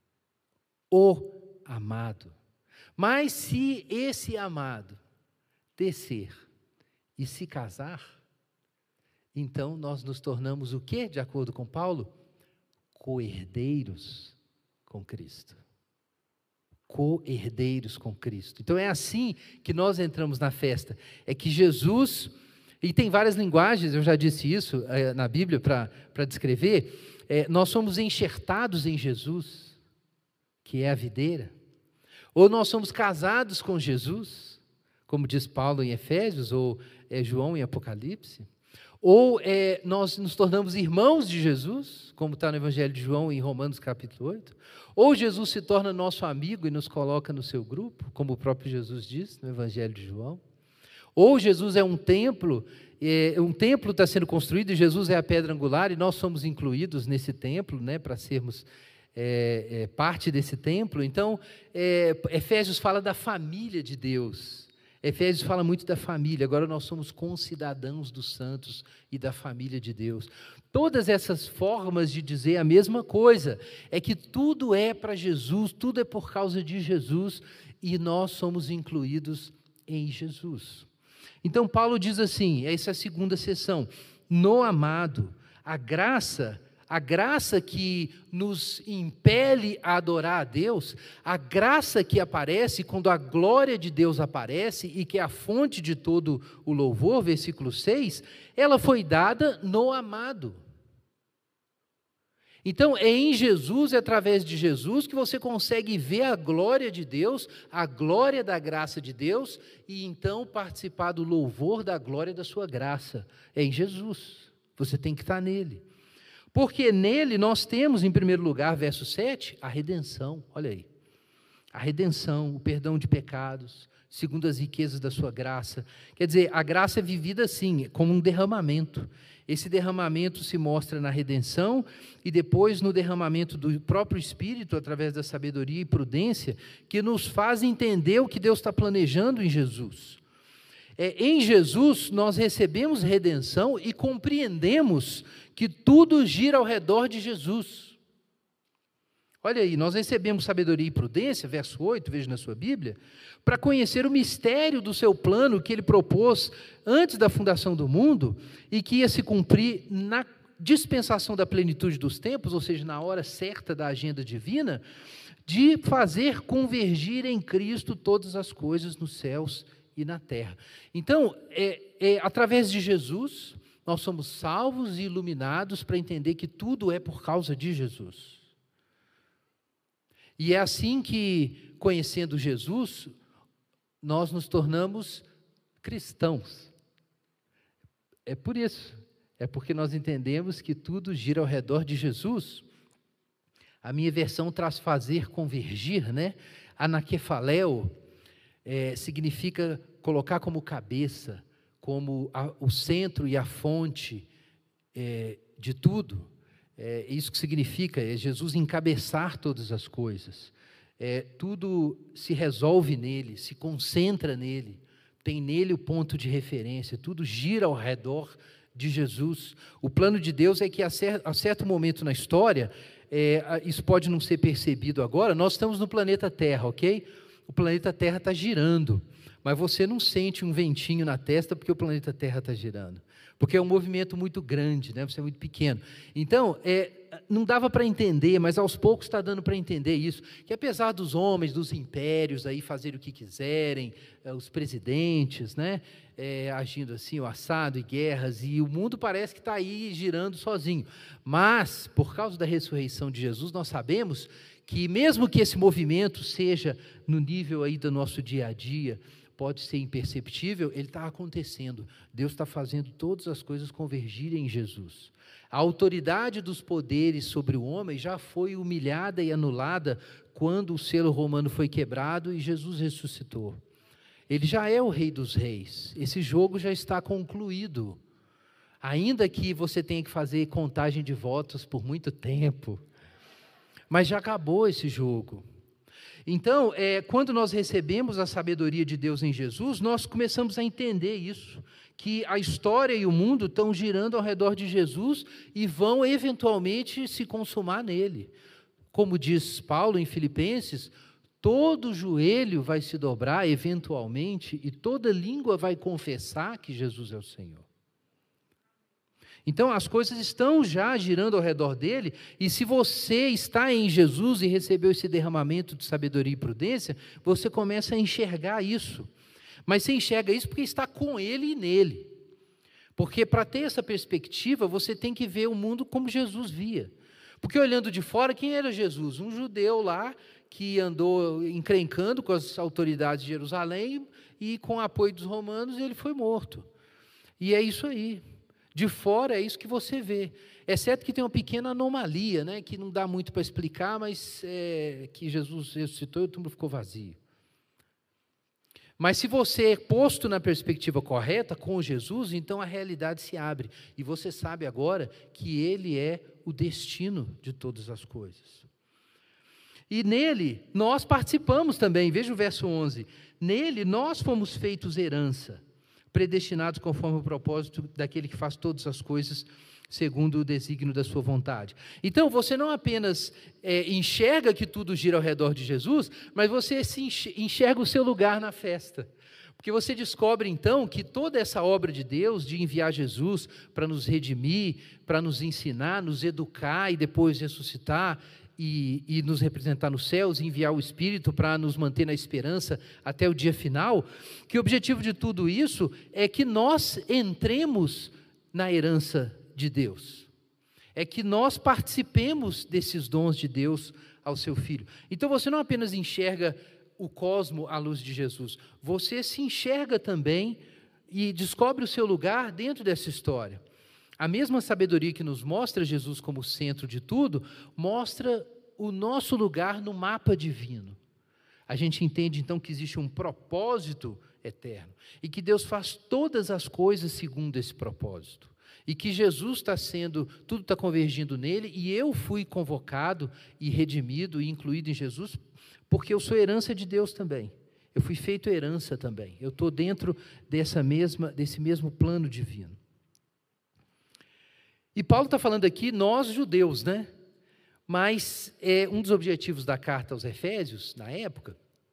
O amado. Mas se esse amado descer e se casar, então nós nos tornamos o quê? De acordo com Paulo? Co-herdeiros com Cristo. Co-herdeiros com Cristo. Então é assim que nós entramos na festa. É que Jesus, e tem várias linguagens, eu já disse isso na Bíblia para descrever, nós somos enxertados em Jesus, que é a videira, ou nós somos casados com Jesus, como diz Paulo em Efésios, ou João em Apocalipse, ou nós nos tornamos irmãos de Jesus, como está no Evangelho de João em Romanos capítulo 8, ou Jesus se torna nosso amigo e nos coloca no seu grupo, como o próprio Jesus diz no Evangelho de João, ou Jesus é um templo está sendo construído e Jesus é a pedra angular e nós somos incluídos nesse templo, né, para sermos parte desse templo. Então, Efésios fala da família de Deus. Efésios fala muito da família, agora nós somos concidadãos dos santos e da família de Deus. Todas essas formas de dizer a mesma coisa, é que tudo é para Jesus, tudo é por causa de Jesus, e nós somos incluídos em Jesus. Então Paulo diz assim, essa é a segunda seção, no amado, a graça que nos impele a adorar a Deus, a graça que aparece quando a glória de Deus aparece e que é a fonte de todo o louvor, versículo 6, ela foi dada no amado. Então, é em Jesus, é através de Jesus que você consegue ver a glória de Deus, a glória da graça de Deus, e então participar do louvor da glória da sua graça. É em Jesus, você tem que estar nele. Porque nele nós temos, em primeiro lugar, verso 7, a redenção, olha aí. A redenção, o perdão de pecados, segundo as riquezas da sua graça. Quer dizer, a graça é vivida assim, como um derramamento. Esse derramamento se mostra na redenção e depois no derramamento do próprio Espírito, através da sabedoria e prudência, que nos faz entender o que Deus está planejando em Jesus. Em Jesus nós recebemos redenção e compreendemos que tudo gira ao redor de Jesus. Olha aí, nós recebemos sabedoria e prudência, verso 8, veja na sua Bíblia, para conhecer o mistério do seu plano que ele propôs antes da fundação do mundo e que ia se cumprir na dispensação da plenitude dos tempos, ou seja, na hora certa da agenda divina, de fazer convergir em Cristo todas as coisas nos céus e na terra. Então, através de Jesus, nós somos salvos e iluminados para entender que tudo é por causa de Jesus. E é assim que, conhecendo Jesus, nós nos tornamos cristãos. É por isso, é porque nós entendemos que tudo gira ao redor de Jesus. A minha versão traz fazer convergir, né? Anakephaleo significa colocar como cabeça, como o centro e a fonte de tudo. Isso que significa, Jesus encabeçar todas as coisas. Tudo se resolve nele, se concentra nele, tem nele o ponto de referência, tudo gira ao redor de Jesus. O plano de Deus é que a certo momento na história, isso pode não ser percebido agora, nós estamos no planeta Terra, ok? O planeta Terra está girando, mas você não sente um ventinho na testa porque o planeta Terra está girando, porque é um movimento muito grande, né? Você é muito pequeno. Então, não dava para entender, mas aos poucos está dando para entender isso, que apesar dos homens, dos impérios aí fazerem o que quiserem, os presidentes, né? Agindo assim, o assado e guerras, e o mundo parece que está aí girando sozinho, mas por causa da ressurreição de Jesus, nós sabemos que mesmo que esse movimento seja no nível aí do nosso dia a dia, pode ser imperceptível, ele está acontecendo. Deus está fazendo todas as coisas convergirem em Jesus. A autoridade dos poderes sobre o homem já foi humilhada e anulada quando o selo romano foi quebrado e Jesus ressuscitou. Ele já é o Rei dos Reis. Esse jogo já está concluído. Ainda que você tenha que fazer contagem de votos por muito tempo, mas já acabou esse jogo. Então, quando nós recebemos a sabedoria de Deus em Jesus, nós começamos a entender isso, que a história e o mundo estão girando ao redor de Jesus e vão eventualmente se consumar nele. Como diz Paulo em Filipenses, todo joelho vai se dobrar eventualmente e toda língua vai confessar que Jesus é o Senhor. Então, as coisas estão já girando ao redor dele, e se você está em Jesus e recebeu esse derramamento de sabedoria e prudência, você começa a enxergar isso. Mas você enxerga isso porque está com ele e nele. Porque para ter essa perspectiva, você tem que ver o mundo como Jesus via. Porque olhando de fora, quem era Jesus? Um judeu lá que andou encrencando com as autoridades de Jerusalém e com o apoio dos romanos ele foi morto. E é isso aí. De fora é isso que você vê, exceto que tem uma pequena anomalia, né, que não dá muito para explicar, mas que Jesus ressuscitou e o túmulo ficou vazio. Mas se você é posto na perspectiva correta com Jesus, então a realidade se abre, e você sabe agora que Ele é o destino de todas as coisas. E nele nós participamos também, veja o verso 11, nele nós fomos feitos herança, predestinados conforme o propósito daquele que faz todas as coisas segundo o desígnio da sua vontade. Então, você não apenas enxerga que tudo gira ao redor de Jesus, mas você enxerga o seu lugar na festa. Porque você descobre, então, que toda essa obra de Deus, de enviar Jesus para nos redimir, para nos ensinar, nos educar e depois ressuscitar, e nos representar nos céus, e enviar o Espírito para nos manter na esperança até o dia final, que o objetivo de tudo isso é que nós entremos na herança de Deus, é que nós participemos desses dons de Deus ao seu Filho. Então você não apenas enxerga o cosmo à luz de Jesus, você se enxerga também e descobre o seu lugar dentro dessa história. A mesma sabedoria que nos mostra Jesus como centro de tudo, mostra o nosso lugar no mapa divino. A gente entende então que existe um propósito eterno, e que Deus faz todas as coisas segundo esse propósito, e que Jesus tudo está convergindo nele, e eu fui convocado e redimido e incluído em Jesus, porque eu sou herança de Deus também. Eu fui feito herança também. Eu estou dentro desse mesmo plano divino. E Paulo está falando aqui, nós judeus, né? Mas um dos objetivos da carta aos Efésios, na época,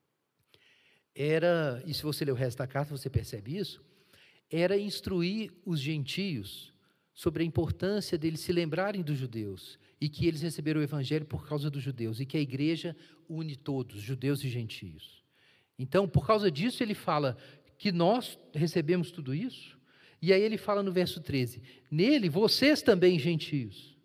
era, e se você ler o resto da carta você percebe isso, era instruir os gentios sobre a importância deles se lembrarem dos judeus, e que eles receberam o evangelho por causa dos judeus, e que a igreja une todos, judeus e gentios. Então, por causa disso, ele fala que nós recebemos tudo isso. E aí ele fala no verso 13, nele vocês também gentios.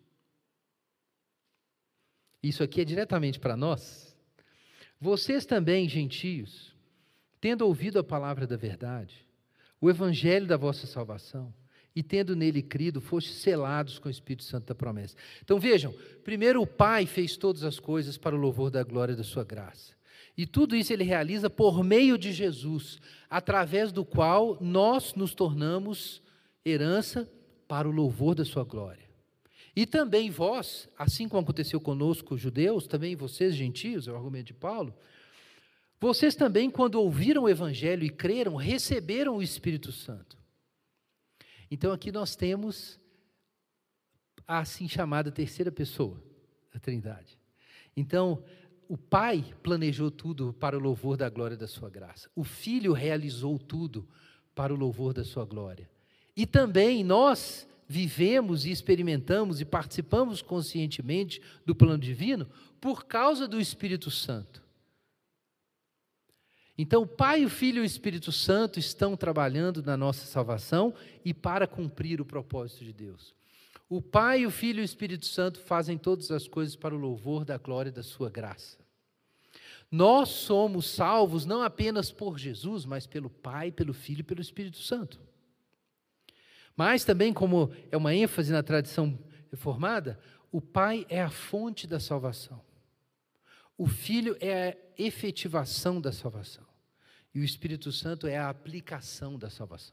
Isso aqui é diretamente para nós. Vocês também gentios, tendo ouvido a palavra da verdade, o evangelho da vossa salvação, e tendo nele crido, fostes selados com o Espírito Santo da promessa. Então vejam, primeiro o Pai fez todas as coisas para o louvor da glória da sua graça. E tudo isso ele realiza por meio de Jesus, através do qual nós nos tornamos herança para o louvor da sua glória. E também vós, assim como aconteceu conosco, judeus, também vocês, gentios, é o argumento de Paulo, vocês também, quando ouviram o Evangelho e creram, receberam o Espírito Santo. Então aqui nós temos a assim chamada terceira pessoa da Trindade. Então, o Pai planejou tudo para o louvor da glória da sua graça. O Filho realizou tudo para o louvor da sua glória. E também nós vivemos e experimentamos e participamos conscientemente do plano divino por causa do Espírito Santo. Então, o Pai, o Filho e o Espírito Santo estão trabalhando na nossa salvação e para cumprir o propósito de Deus. O Pai, o Filho e o Espírito Santo fazem todas as coisas para o louvor da glória da sua graça. Nós somos salvos não apenas por Jesus, mas pelo Pai, pelo Filho e pelo Espírito Santo. Mas também, como é uma ênfase na tradição reformada, o Pai é a fonte da salvação. O Filho é a efetivação da salvação. E o Espírito Santo é a aplicação da salvação.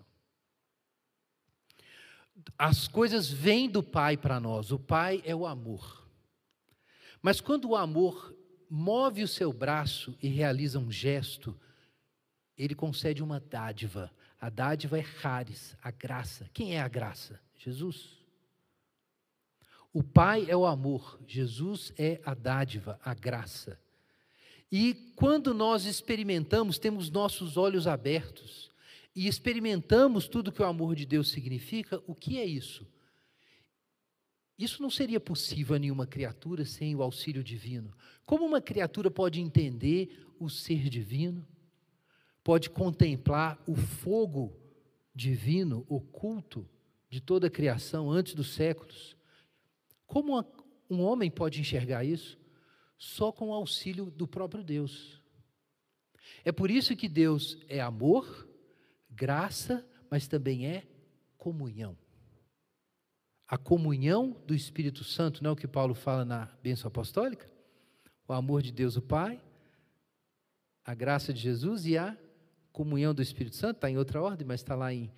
As coisas vêm do Pai para nós. O Pai é o amor. Mas quando o amor move o seu braço e realiza um gesto, ele concede uma dádiva. A dádiva é charis, a graça. Quem é a graça? Jesus. O Pai é o amor, Jesus é a dádiva, a graça. E quando nós experimentamos, temos nossos olhos abertos e experimentamos tudo que o amor de Deus significa, o que é isso? Isso não seria possível a nenhuma criatura sem o auxílio divino. Como uma criatura pode entender o ser divino? Pode contemplar o fogo divino, oculto, de toda a criação antes dos séculos? Como um homem pode enxergar isso? Só com o auxílio do próprio Deus. É por isso que Deus é amor, graça, mas também é comunhão. A comunhão do Espírito Santo, não é o que Paulo fala na bênção apostólica? O amor de Deus o Pai, a graça de Jesus e a comunhão do Espírito Santo, está em outra ordem, mas está lá em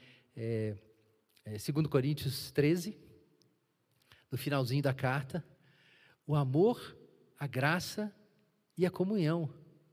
2 Coríntios 13, no finalzinho da carta. O amor, a graça e a comunhão.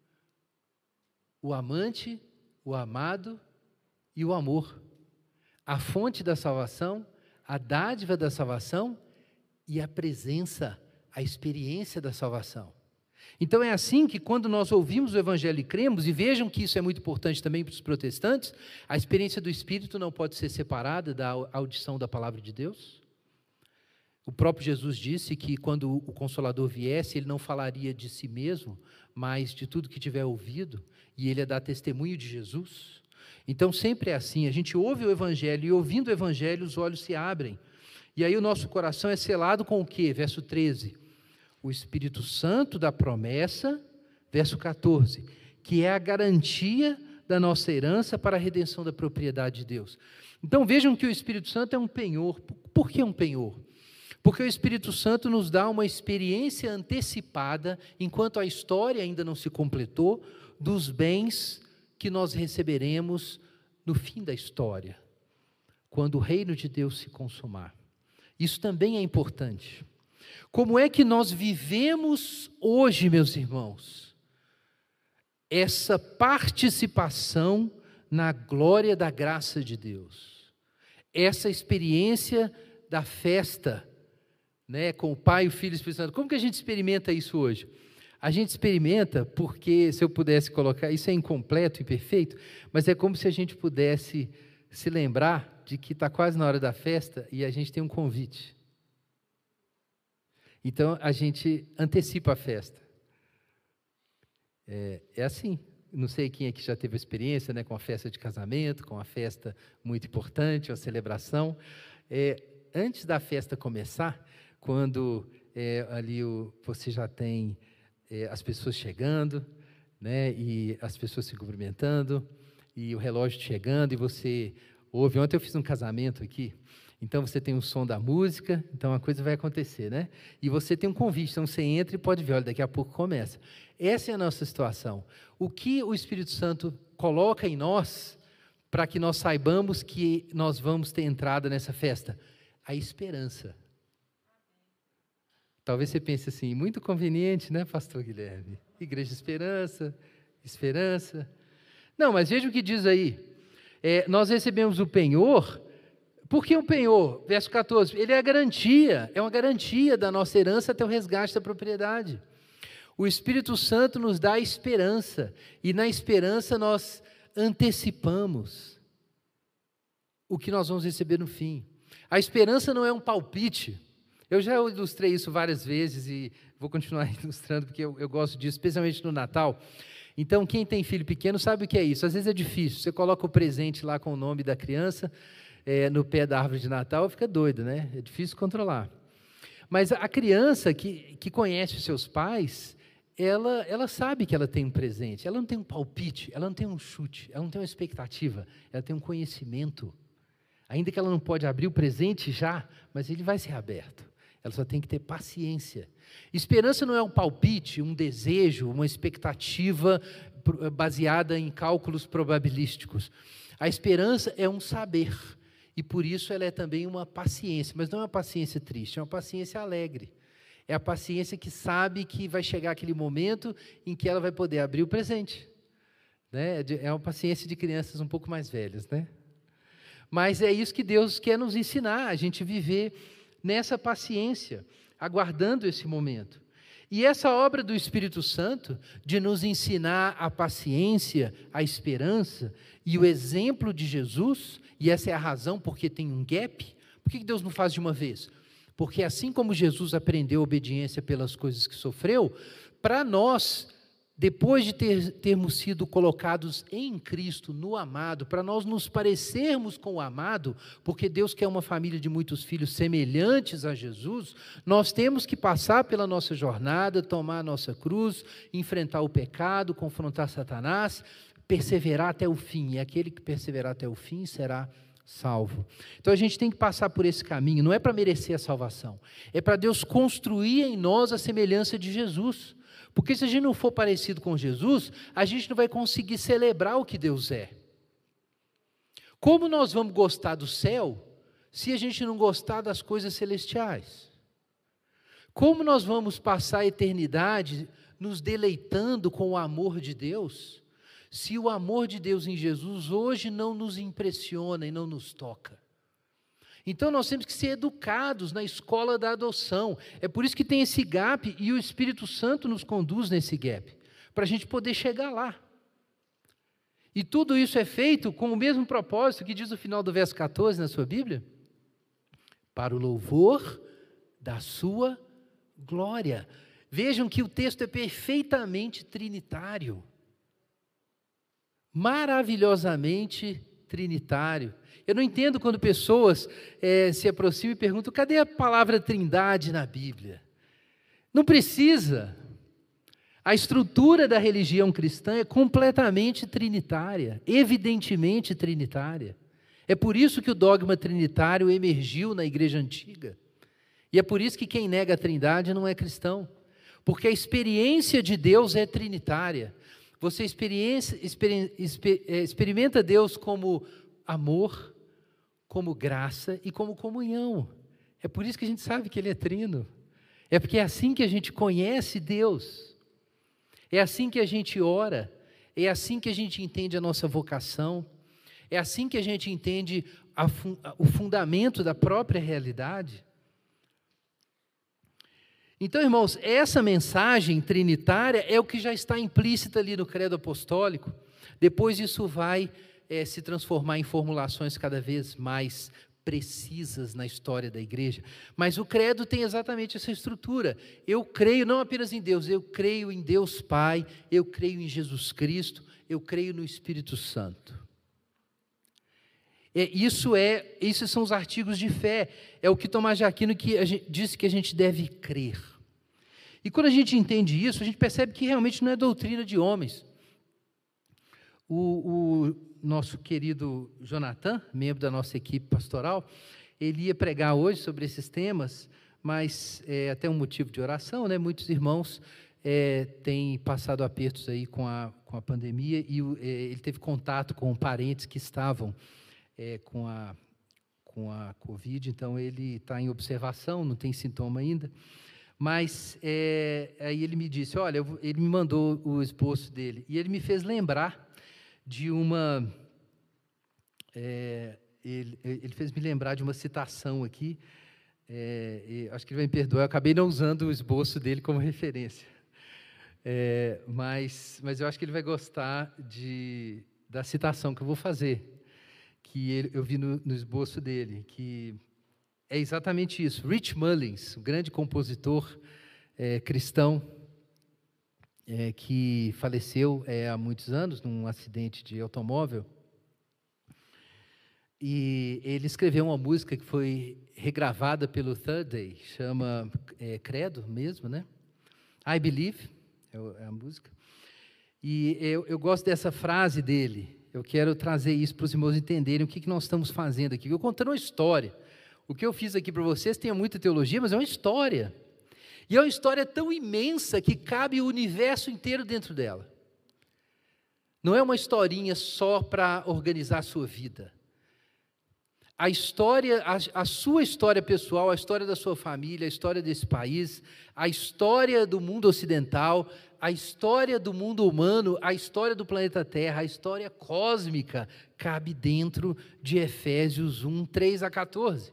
O amante, o amado e o amor. A fonte da salvação, a dádiva da salvação e a presença, a experiência da salvação. Então é assim que quando nós ouvimos o Evangelho e cremos, e vejam que isso é muito importante também para os protestantes, a experiência do Espírito não pode ser separada da audição da palavra de Deus. O próprio Jesus disse que quando o Consolador viesse, ele não falaria de si mesmo, mas de tudo que tiver ouvido, e ele ia dar testemunho de Jesus. Então sempre é assim, a gente ouve o Evangelho, e ouvindo o Evangelho os olhos se abrem, e aí o nosso coração é selado com o quê? Verso 13, o Espírito Santo da promessa, verso 14, que é a garantia da nossa herança para a redenção da propriedade de Deus. Então vejam que o Espírito Santo é um penhor. Por que um penhor? Porque o Espírito Santo nos dá uma experiência antecipada, enquanto a história ainda não se completou, dos bens que nós receberemos no fim da história, quando o reino de Deus se consumar. Isso também é importante. Como é que nós vivemos hoje, meus irmãos, essa participação na glória da graça de Deus? Essa experiência da festa, né, com o Pai, o Filho e o Espírito Santo. Como que a gente experimenta isso hoje? A gente experimenta porque, se eu pudesse colocar, isso é incompleto e imperfeito, mas é como se a gente pudesse se lembrar de que está quase na hora da festa e a gente tem um convite. Então, a gente antecipa a festa. É assim. Não sei quem aqui já teve experiência, né, com a festa de casamento, com a festa muito importante, uma celebração. Antes da festa começar, quando ali você já tem as pessoas chegando, né, e as pessoas se cumprimentando, e o relógio chegando, e você ouve. Ontem eu fiz um casamento aqui, então você tem o som da música, então a coisa vai acontecer, né? E você tem um convite, então você entra e pode ver, olha, daqui a pouco começa. Essa é a nossa situação. O que o Espírito Santo coloca em nós, para que nós saibamos que nós vamos ter entrada nessa festa? A esperança. Talvez você pense assim, muito conveniente, né, pastor Guilherme? Igreja Esperança, Esperança. Não, mas veja o que diz aí. Nós recebemos o penhor. Por que o penhor? Verso 14. Ele é uma garantia da nossa herança até o resgate da propriedade. O Espírito Santo nos dá esperança. E na esperança nós antecipamos o que nós vamos receber no fim. A esperança não é um palpite. Eu já ilustrei isso várias vezes e vou continuar ilustrando porque eu gosto disso, especialmente no Natal. Então, quem tem filho pequeno sabe o que é isso. Às vezes é difícil. Você coloca o presente lá com o nome da criança no pé da árvore de Natal, fica doido, né? É difícil controlar. Mas a criança que conhece os seus pais, ela sabe que ela tem um presente. Ela não tem um palpite, ela não tem um chute, ela não tem uma expectativa. Ela tem um conhecimento. Ainda que ela não pode abrir o presente já, mas ele vai ser aberto. Ela só tem que ter paciência. Esperança não é um palpite, um desejo, uma expectativa baseada em cálculos probabilísticos. A esperança é um saber, e por isso ela é também uma paciência, mas não é uma paciência triste, é uma paciência alegre. É a paciência que sabe que vai chegar aquele momento em que ela vai poder abrir o presente. Né? É uma paciência de crianças um pouco mais velhas, né? Mas é isso que Deus quer nos ensinar, a gente viver nessa paciência, aguardando esse momento. E essa obra do Espírito Santo, de nos ensinar a paciência, a esperança e o exemplo de Jesus, e essa é a razão porque tem um gap, por que Deus não faz de uma vez? Porque assim como Jesus aprendeu obediência pelas coisas que sofreu, para nós, depois de termos sido colocados em Cristo, no amado, para nós nos parecermos com o amado, porque Deus quer uma família de muitos filhos semelhantes a Jesus, nós temos que passar pela nossa jornada, tomar a nossa cruz, enfrentar o pecado, confrontar Satanás, perseverar até o fim, e aquele que perseverar até o fim será salvo. Então a gente tem que passar por esse caminho, não é para merecer a salvação, é para Deus construir em nós a semelhança de Jesus. Porque se a gente não for parecido com Jesus, a gente não vai conseguir celebrar o que Deus é. Como nós vamos gostar do céu, se a gente não gostar das coisas celestiais? Como nós vamos passar a eternidade nos deleitando com o amor de Deus, se o amor de Deus em Jesus hoje não nos impressiona e não nos toca? Então nós temos que ser educados na escola da adoção. É por isso que tem esse gap e o Espírito Santo nos conduz nesse gap, para a gente poder chegar lá. E tudo isso é feito com o mesmo propósito que diz o final do verso 14 na sua Bíblia: para o louvor da sua glória. Vejam que o texto é perfeitamente trinitário. Maravilhosamente trinitário. Eu não entendo quando pessoas se aproximam e perguntam: cadê a palavra trindade na Bíblia? Não precisa. A estrutura da religião cristã é completamente trinitária, evidentemente trinitária. É por isso que o dogma trinitário emergiu na igreja antiga. E é por isso que quem nega a trindade não é cristão. Porque a experiência de Deus é trinitária. Você experimenta Deus como amor, como graça e como comunhão. É por isso que a gente sabe que Ele é trino. É porque é assim que a gente conhece Deus. É assim que a gente ora. É assim que a gente entende a nossa vocação. É assim que a gente entende o fundamento da própria realidade. Então, irmãos, essa mensagem trinitária é o que já está implícita ali no credo apostólico. Depois isso vai se transformar em formulações cada vez mais precisas na história da igreja. Mas o credo tem exatamente essa estrutura. Eu creio não apenas em Deus, eu creio em Deus Pai, eu creio em Jesus Cristo, eu creio no Espírito Santo. Esses são os artigos de fé. É o que Tomás de Aquino disse que a gente deve crer. E quando a gente entende isso, a gente percebe que realmente não é doutrina de homens. O nosso querido Jonathan, membro da nossa equipe pastoral, ele ia pregar hoje sobre esses temas, mas é até um motivo de oração, né? Muitos irmãos têm passado apertos aí com a pandemia e ele teve contato com parentes que estavam com a Covid, então ele está em observação, não tem sintoma ainda, Mas aí ele me disse, olha, ele me mandou o esboço dele, e ele me fez lembrar de uma... ele fez me lembrar de uma citação aqui, acho que ele vai me perdoar, eu acabei não usando o esboço dele como referência, mas eu acho que ele vai gostar da citação que eu vou fazer, que eu vi no esboço dele, que é exatamente isso. Rich Mullins, um grande compositor cristão, que faleceu há muitos anos num acidente de automóvel, e ele escreveu uma música que foi regravada pelo Third Day, chama Credo mesmo, né? I Believe, é a música. E eu gosto dessa frase dele, eu quero trazer isso para os irmãos entenderem o que nós estamos fazendo aqui. Eu contando uma história. O que eu fiz aqui para vocês tem muita teologia, mas é uma história. E é uma história tão imensa que cabe o universo inteiro dentro dela. Não é uma historinha só para organizar a sua vida. A história, a sua história pessoal, a história da sua família, a história desse país, a história do mundo ocidental, a história do mundo humano, a história do planeta Terra, a história cósmica, cabe dentro de Efésios 1, 3 a 14.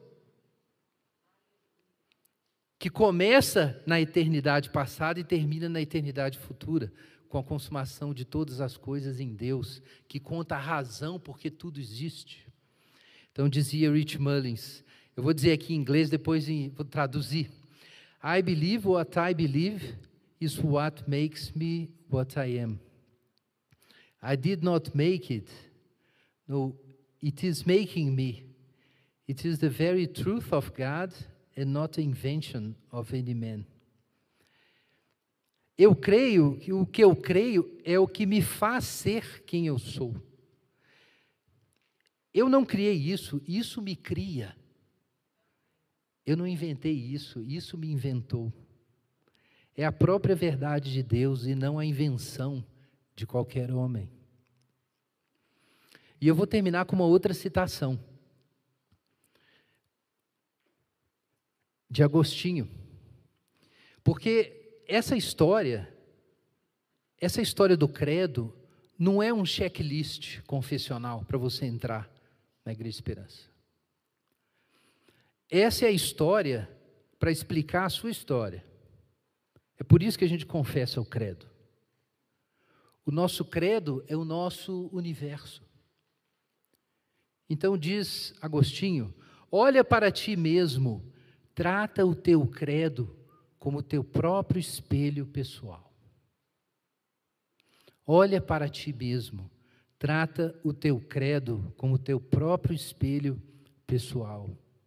Que começa na eternidade passada e termina na eternidade futura, com a consumação de todas as coisas em Deus, que conta a razão porque tudo existe. Então, dizia Rich Mullins, eu vou dizer aqui em inglês, depois vou traduzir. I believe what I believe is what makes me what I am. I did not make it. No, it is making me. It is the very truth of God and not the invention of any man. Eu creio que o que eu creio é o que me faz ser quem eu sou. Eu não criei isso, isso me cria. Eu não inventei isso, isso me inventou. É a própria verdade de Deus e não a invenção de qualquer homem. E eu vou terminar com uma outra citação de Agostinho. Porque essa história do credo não é um checklist confessional para você entrar na Igreja Esperança. Essa é a história para explicar a sua história. É por isso que a gente confessa o credo. O nosso credo é o nosso universo. Então diz Agostinho, olha para ti mesmo, trata o teu credo como teu próprio espelho pessoal. Olha para ti mesmo, trata o teu credo como teu próprio espelho pessoal.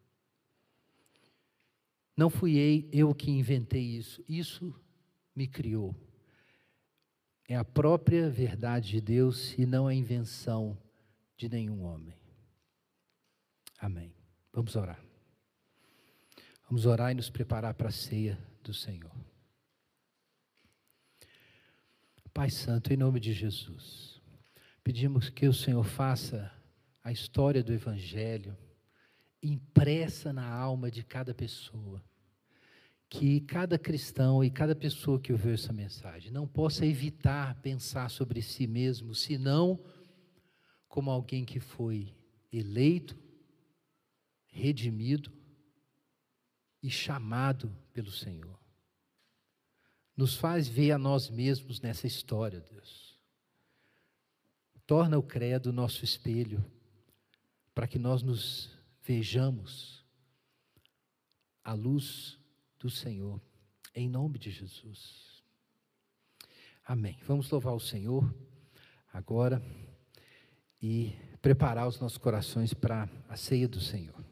Não fui eu que inventei isso, isso me criou. É a própria verdade de Deus e não a invenção de nenhum homem. Amém. Vamos orar. Vamos orar e nos preparar para a ceia do Senhor. Pai Santo, em nome de Jesus, pedimos que o Senhor faça a história do Evangelho impressa na alma de cada pessoa, que cada cristão e cada pessoa que ouviu essa mensagem não possa evitar pensar sobre si mesmo, senão como alguém que foi eleito, redimido e chamado pelo Senhor. Nos faz ver a nós mesmos nessa história, Deus. Torna o credo nosso espelho, para que nós nos vejamos à luz do Senhor, em nome de Jesus. Amém. Vamos louvar o Senhor agora e preparar os nossos corações para a ceia do Senhor.